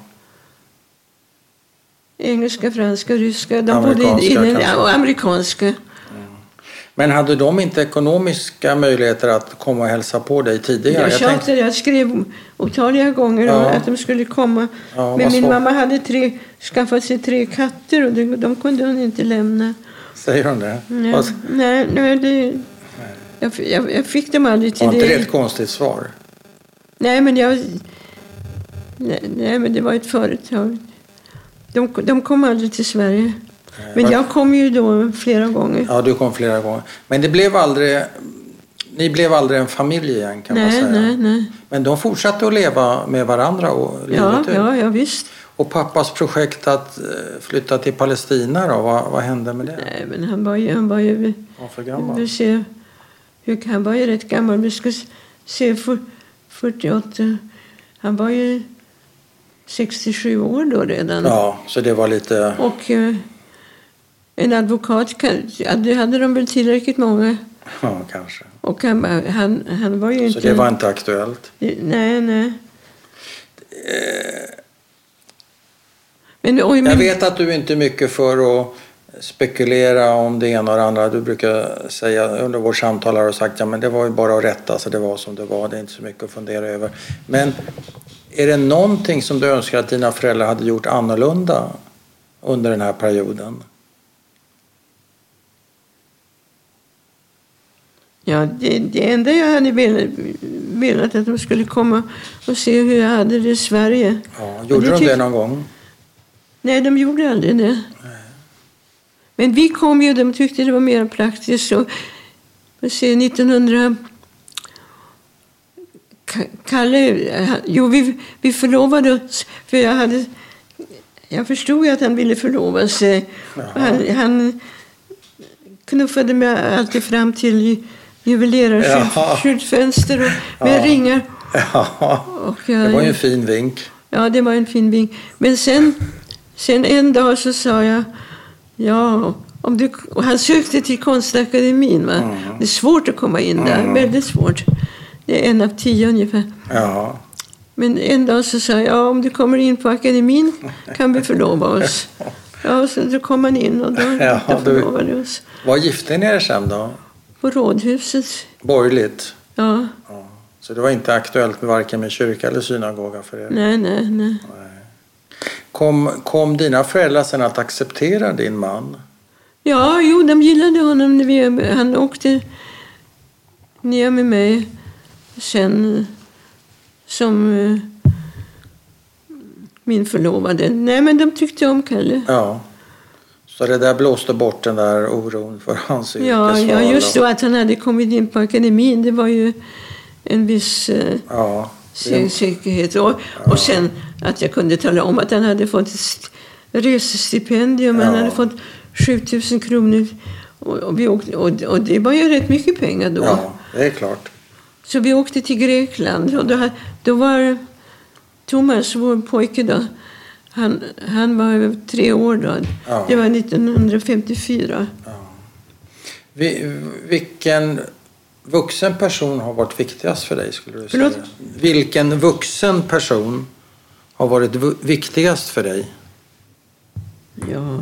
[SPEAKER 1] Engelska, franska, ryska. De bodde i den, ja, och amerikanska. Mm.
[SPEAKER 2] Men hade de inte ekonomiska möjligheter att komma och hälsa på dig tidigare?
[SPEAKER 1] Jag,
[SPEAKER 2] jag,
[SPEAKER 1] tänkte... jag skrev otaliga gånger ja. Att de skulle komma. Ja, men min så... mamma hade tre, skaffat sig tre katter, och de, de kunde hon inte lämna.
[SPEAKER 2] Säger hon det?
[SPEAKER 1] Nej, Vad... nej, nej det... Jag, jag, jag fick dem aldrig till
[SPEAKER 2] det. Var inte
[SPEAKER 1] det
[SPEAKER 2] ett konstigt svar?
[SPEAKER 1] Nej, men jag... Nej, nej men det var ett företag. De, de kom aldrig till Sverige. Men jag kom ju då flera gånger.
[SPEAKER 2] Ja, du kom flera gånger. Men det blev aldrig... Ni blev aldrig en familj igen, kan
[SPEAKER 1] nej,
[SPEAKER 2] man säga.
[SPEAKER 1] Nej, nej.
[SPEAKER 2] Men de fortsatte att leva med varandra och livet
[SPEAKER 1] ja,
[SPEAKER 2] ut.
[SPEAKER 1] Ja, ja, visst.
[SPEAKER 2] Och pappas projekt att flytta till Palestina då, vad, vad hände med det?
[SPEAKER 1] Nej, men han var ju... Han var ju
[SPEAKER 2] var för gammal.
[SPEAKER 1] Vi se, hur, han var ju rätt gammal. Vi ska se för, fyrtioåtta. Han var ju sextiosju år då redan.
[SPEAKER 2] Ja, så det var lite...
[SPEAKER 1] Och eh, en advokat, ja, det hade de väl tillräckligt många.
[SPEAKER 2] Ja, kanske.
[SPEAKER 1] Och han, han, han var ju
[SPEAKER 2] så
[SPEAKER 1] inte...
[SPEAKER 2] Så det var inte aktuellt?
[SPEAKER 1] Nej, nej.
[SPEAKER 2] Eh,
[SPEAKER 1] men, oj, men...
[SPEAKER 2] Jag vet att du inte är mycket för att spekulera om det ena och det andra. Du brukar säga under vårt samtal har du sagt ja, men det var ju bara att rätta, så det var som det var. Det är inte så mycket att fundera över. Men är det någonting som du önskar att dina föräldrar hade gjort annorlunda under den här perioden?
[SPEAKER 1] Ja, det, det enda jag hade velat, velat att de skulle komma och se hur jag hade det i Sverige.
[SPEAKER 2] Ja, gjorde de tyck- det någon gång?
[SPEAKER 1] Nej, de gjorde aldrig det. Nej. Men vi kom ju, de tyckte det var mer praktiskt. Så, se, nittonhundrasextiotre Kalle, han, jo, vi, vi förlovade oss. För jag hade... Jag förstod ju att han ville förlova sig. Han, han knuffade mig alltid fram till juvelerarskyltfönster och med ja. ringar.
[SPEAKER 2] Ja. Och jag, det var ju en fin vink.
[SPEAKER 1] Ja, det var en fin vink. Men sen, sen en dag så sa jag, ja, om du, och han sökte till konstakademin. Va? Mm. Det är svårt att komma in där, mm. väldigt svårt. Det är en av tio ungefär. Ja. Men en dag så sa jag, ja, om du kommer in på akademin kan vi förlova oss. Ja, så då kom han in och då, ja, då förlovade vi oss.
[SPEAKER 2] Vad gifte ni er sen då?
[SPEAKER 1] På rådhuset.
[SPEAKER 2] Borgerligt?
[SPEAKER 1] Ja.
[SPEAKER 2] Ja. Så det var inte aktuellt med varken med kyrka eller synagoga för er?
[SPEAKER 1] Nej, nej, nej. nej.
[SPEAKER 2] Kom, kom dina föräldrar sen att acceptera din man?
[SPEAKER 1] Ja, jo, de gillade honom när vi, han åkte ner med mig sen som uh, min förlovade. Nej, men de tyckte om Kalle.
[SPEAKER 2] Ja. Så det där blåste bort den där oron för hans
[SPEAKER 1] yrkesval. Ja, ja, just då att han hade kommit in på akademin. Det var ju en viss uh, ja, det... säkerhet. Och, ja. och sen att jag kunde tala om att han hade fått ett resestipendium. Ja. Han hade fått sjutusen kronor. Och, och, vi åkte, och, och det var ju rätt mycket pengar då.
[SPEAKER 2] Ja, det är klart.
[SPEAKER 1] Så vi åkte till Grekland. Och då, då var Thomas, vår pojke då, han, han var tre år då. Ja. Det var nittonhundrafemtiofyra. Ja.
[SPEAKER 2] Vi, vilken vuxen person har varit viktigast för dig, skulle du
[SPEAKER 1] Förlåt?
[SPEAKER 2] säga? Vilken vuxen person har varit v- viktigast för dig?
[SPEAKER 1] Ja...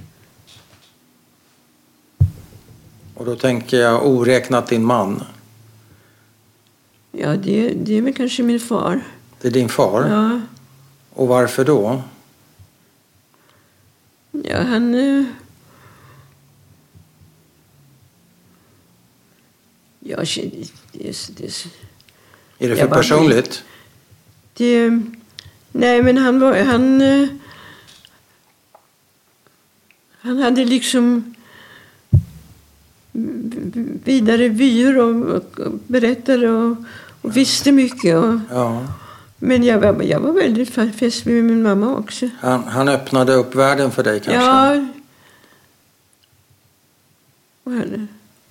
[SPEAKER 2] Och då tänker jag oräknat din man.
[SPEAKER 1] Ja, det, det är väl kanske min far.
[SPEAKER 2] Det är din far?
[SPEAKER 1] Ja.
[SPEAKER 2] Och varför då?
[SPEAKER 1] Ja, han... Uh... Ja, det, det, det...
[SPEAKER 2] Är det för personligt?
[SPEAKER 1] Det... Nej, men han var... Han, uh... han hade liksom... vidare vyer och, och berättade och, och visste mycket. Och, ja. Men jag var, jag var väldigt fäst med min mamma också.
[SPEAKER 2] Han, han öppnade upp världen för dig kanske?
[SPEAKER 1] Ja. Han,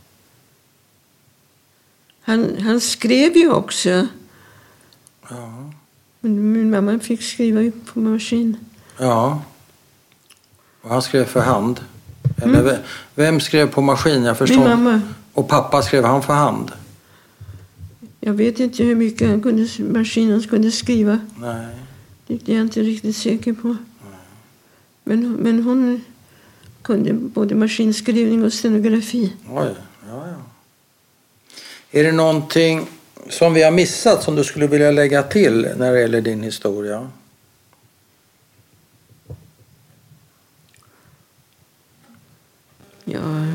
[SPEAKER 1] han, han skrev ju också. Ja. Men min mamma fick skriva på maskin.
[SPEAKER 2] Ja. Och han skrev för hand? Eller mm. Vem skrev på maskin? Jag förstår.
[SPEAKER 1] Min mamma.
[SPEAKER 2] Och pappa skrev han för hand?
[SPEAKER 1] Jag vet inte hur mycket han kunde, maskinen kunde skriva.
[SPEAKER 2] Nej.
[SPEAKER 1] Det är jag inte riktigt säker på. Nej. Men, men hon kunde både maskinskrivning och stenografi.
[SPEAKER 2] Oj, ja, ja. Är det någonting som vi har missat som du skulle vilja lägga till när det gäller din historia?
[SPEAKER 1] Ja.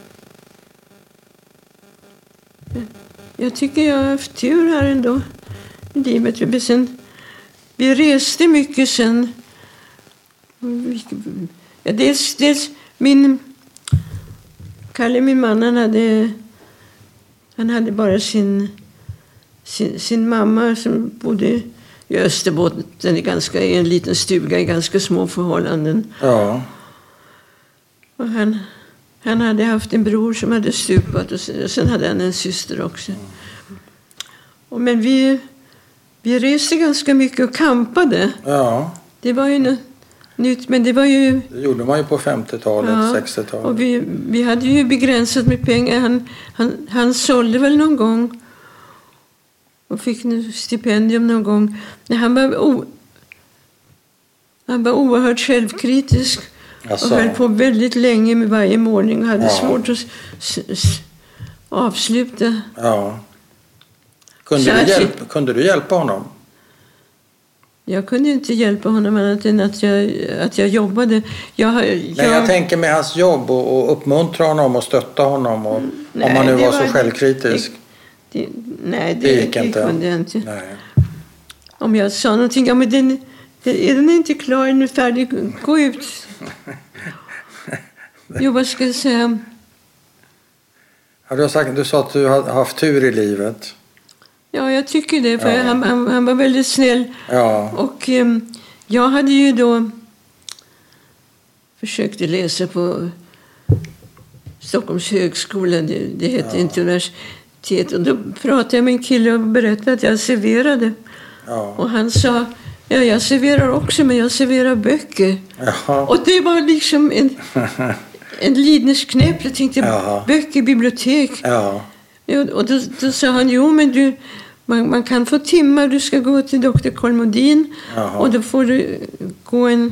[SPEAKER 1] Jag tycker jag har haft tur här ändå i livet. Sen, vi reste mycket sen. Ja, dels, dels min Kalle, min man, han hade, han hade bara sin, sin, sin mamma som bodde i Österbotten i, ganska, i en liten stuga i ganska små förhållanden.
[SPEAKER 2] Ja.
[SPEAKER 1] Och han... Han hade haft en bror som hade stupat och sen hade han en syster också. Och men vi, vi reste ganska mycket och campade.
[SPEAKER 2] Ja.
[SPEAKER 1] Det var ju något nytt, men det var ju...
[SPEAKER 2] Det gjorde man ju på femtiotalet, ja, sextiotalet.
[SPEAKER 1] Och vi, vi hade ju begränsat med pengar. Han, han, han sålde väl någon gång och fick en stipendium någon gång. Han var, o, han var oerhört självkritisk. Alltså. Och höll på väldigt länge med varje målning och hade ja. svårt att s- s- avsluta.
[SPEAKER 2] Ja. Kunde du, hjälpa, kunde du hjälpa honom?
[SPEAKER 1] Jag kunde inte hjälpa honom annat än att jag, att jag jobbade. Jag, jag...
[SPEAKER 2] Nej, jag tänker med hans jobb och, och uppmuntra honom och stötta honom. Och, nej, om man nu var, var så självkritisk.
[SPEAKER 1] Det, det, nej, det,
[SPEAKER 2] det gick
[SPEAKER 1] det
[SPEAKER 2] inte.
[SPEAKER 1] kunde jag inte.
[SPEAKER 2] Nej.
[SPEAKER 1] Om jag sa någonting, ja men den... Är den inte klar? Är den färdig? Gå ut. Jo, vad ska jag säga?
[SPEAKER 2] Ja, du, har sagt, du sa att du har haft tur i livet.
[SPEAKER 1] Ja, jag tycker det. För
[SPEAKER 2] Ja.
[SPEAKER 1] han, han, han var väldigt snäll.
[SPEAKER 2] Ja.
[SPEAKER 1] Och eh, jag hade ju då försökt läsa på Stockholms högskola. Det, det hette
[SPEAKER 2] Ja.
[SPEAKER 1] inte universitet. Och då pratade jag med en kille och berättade att jag serverade.
[SPEAKER 2] Ja.
[SPEAKER 1] Och han sa, ja, jag serverar också, men jag serverar böcker.
[SPEAKER 2] Ja.
[SPEAKER 1] Och det var liksom en, en lidnesknäpp. Jag tänkte,
[SPEAKER 2] Ja.
[SPEAKER 1] böcker, bibliotek.
[SPEAKER 2] Ja.
[SPEAKER 1] Ja, och då, då sa han, jo, men du, man, man kan få timmar. Du ska gå till doktor Kolmodin.
[SPEAKER 2] Jaha.
[SPEAKER 1] Och då får du gå en,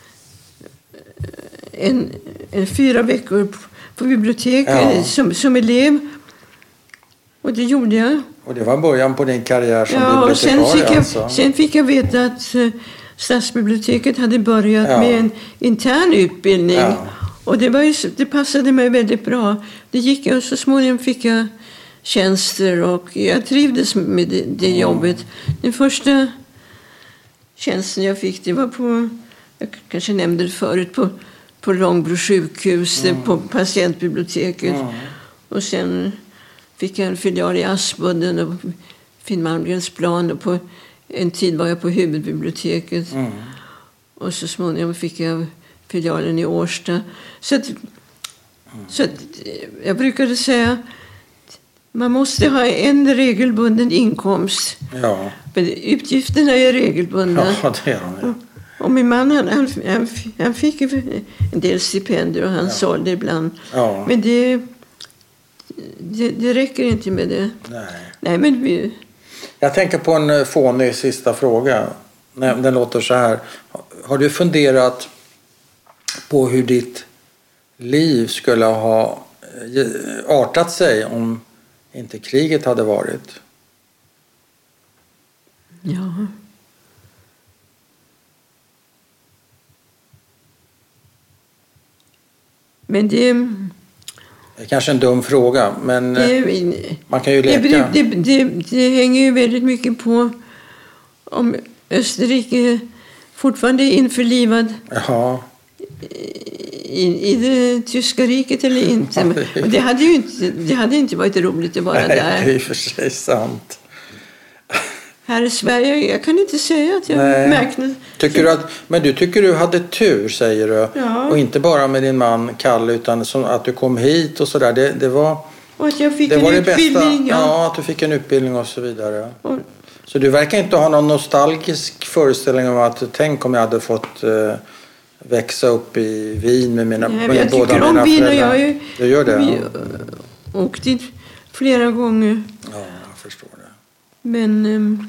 [SPEAKER 1] en, en fyra veckor på, på bibliotek
[SPEAKER 2] Ja.
[SPEAKER 1] som, som elev. Och det gjorde jag.
[SPEAKER 2] Och det var början på din karriär som
[SPEAKER 1] Ja, och sen
[SPEAKER 2] bibliotekarie
[SPEAKER 1] fick, jag,
[SPEAKER 2] alltså.
[SPEAKER 1] sen fick jag veta att eh, stadsbiblioteket hade börjat
[SPEAKER 2] Ja.
[SPEAKER 1] med en intern utbildning.
[SPEAKER 2] Ja.
[SPEAKER 1] Och det, var ju, det passade mig väldigt bra. Det gick jag, och så småningom fick jag tjänster och jag trivdes med det, det
[SPEAKER 2] Mm.
[SPEAKER 1] jobbet. Den första tjänsten jag fick, det var på, jag kanske nämnde det förut, på, på Långbro sjukhus,
[SPEAKER 2] Mm.
[SPEAKER 1] på patientbiblioteket.
[SPEAKER 2] Mm.
[SPEAKER 1] Och sen fick jag en filial i Aspudden och Finn Malmgrensplan, och på en tid var jag på huvudbiblioteket.
[SPEAKER 2] Mm.
[SPEAKER 1] Och så småningom fick jag filialen i Årsta. Så, att, så att, jag brukade säga man måste ha en regelbunden inkomst.
[SPEAKER 2] Ja.
[SPEAKER 1] Men utgifterna är regelbundna.
[SPEAKER 2] Ja, det är de ju.
[SPEAKER 1] Och min man han, han, han, han fick en del stipendier och han
[SPEAKER 2] Ja.
[SPEAKER 1] sålde ibland.
[SPEAKER 2] Ja.
[SPEAKER 1] Men det, det, det räcker inte med det.
[SPEAKER 2] Nej.
[SPEAKER 1] Nej, men vi,
[SPEAKER 2] Jag tänker på en eh, fånig sista fråga. Nej, den låter så här. Har du funderat på hur ditt liv skulle ha eh, artat sig om inte kriget hade varit?
[SPEAKER 1] ja. Men det,
[SPEAKER 2] Det är kanske en dum fråga, men eh,
[SPEAKER 1] det,
[SPEAKER 2] man kan ju
[SPEAKER 1] det,
[SPEAKER 2] leka.
[SPEAKER 1] det, det, det hänger ju väldigt mycket på om Österrike fortfarande är införlivad
[SPEAKER 2] Ja,
[SPEAKER 1] i, i det tyska riket eller inte. Men, och det hade ju inte, det hade inte varit roligt att vara
[SPEAKER 2] nej, det är
[SPEAKER 1] där.
[SPEAKER 2] i och för sig sant.
[SPEAKER 1] Här i Sverige, jag kan inte säga att jag
[SPEAKER 2] Nej.
[SPEAKER 1] märkte.
[SPEAKER 2] Tycker du att, men du tycker du hade tur, säger du.
[SPEAKER 1] Ja.
[SPEAKER 2] Och inte bara med din man Kalle, utan som att du kom hit och sådär. Det, det var,
[SPEAKER 1] Och att jag fick
[SPEAKER 2] det,
[SPEAKER 1] en
[SPEAKER 2] var det bästa.
[SPEAKER 1] utbildning. Ja.
[SPEAKER 2] Ja, att du fick en utbildning och så vidare.
[SPEAKER 1] Och,
[SPEAKER 2] Så du verkar inte ha någon nostalgisk föreställning om att tänk om jag hade fått eh, växa upp i Wien med mina,
[SPEAKER 1] nej, men
[SPEAKER 2] med
[SPEAKER 1] jag
[SPEAKER 2] båda
[SPEAKER 1] tycker om
[SPEAKER 2] mina
[SPEAKER 1] Wien och
[SPEAKER 2] föräldrar.
[SPEAKER 1] jag är ju,
[SPEAKER 2] Du gör det?
[SPEAKER 1] vi
[SPEAKER 2] Ja,
[SPEAKER 1] äh, åkt dit flera gånger.
[SPEAKER 2] ja jag förstår det.
[SPEAKER 1] Men ehm,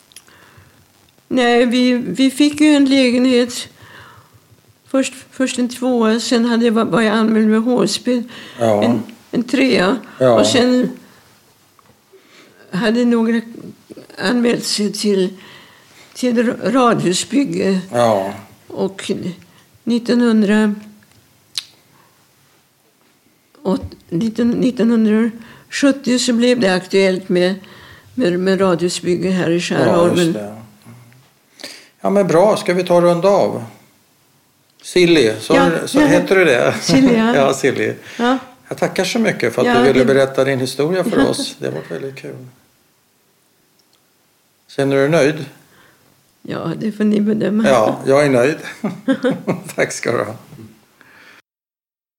[SPEAKER 1] nej, vi, vi fick ju en lägenhet. Först, först en tvåa, sen hade jag, var jag anmäld med H S B.
[SPEAKER 2] Ja.
[SPEAKER 1] En, en trea.
[SPEAKER 2] Ja.
[SPEAKER 1] Och sen hade några anmält sig till, till radhusbygge.
[SPEAKER 2] Ja,
[SPEAKER 1] Och nittonhundra, nittonhundrasjuttio så blev det aktuellt med, med, med radhusbygge här i
[SPEAKER 2] ja,
[SPEAKER 1] Skärholmen.
[SPEAKER 2] just det. Ja, men bra. Ska vi ta runda av? Silly, så,
[SPEAKER 1] Ja,
[SPEAKER 2] så
[SPEAKER 1] ja.
[SPEAKER 2] heter du det?
[SPEAKER 1] Silly, ja.
[SPEAKER 2] ja, Silly.
[SPEAKER 1] Ja.
[SPEAKER 2] Jag tackar så mycket för att
[SPEAKER 1] Ja,
[SPEAKER 2] du ville
[SPEAKER 1] det-
[SPEAKER 2] berätta din historia för oss. Det var väldigt kul. Känner du dig nöjd?
[SPEAKER 1] Ja, det får ni bedöma.
[SPEAKER 2] Ja, jag är nöjd. Tack ska du ha.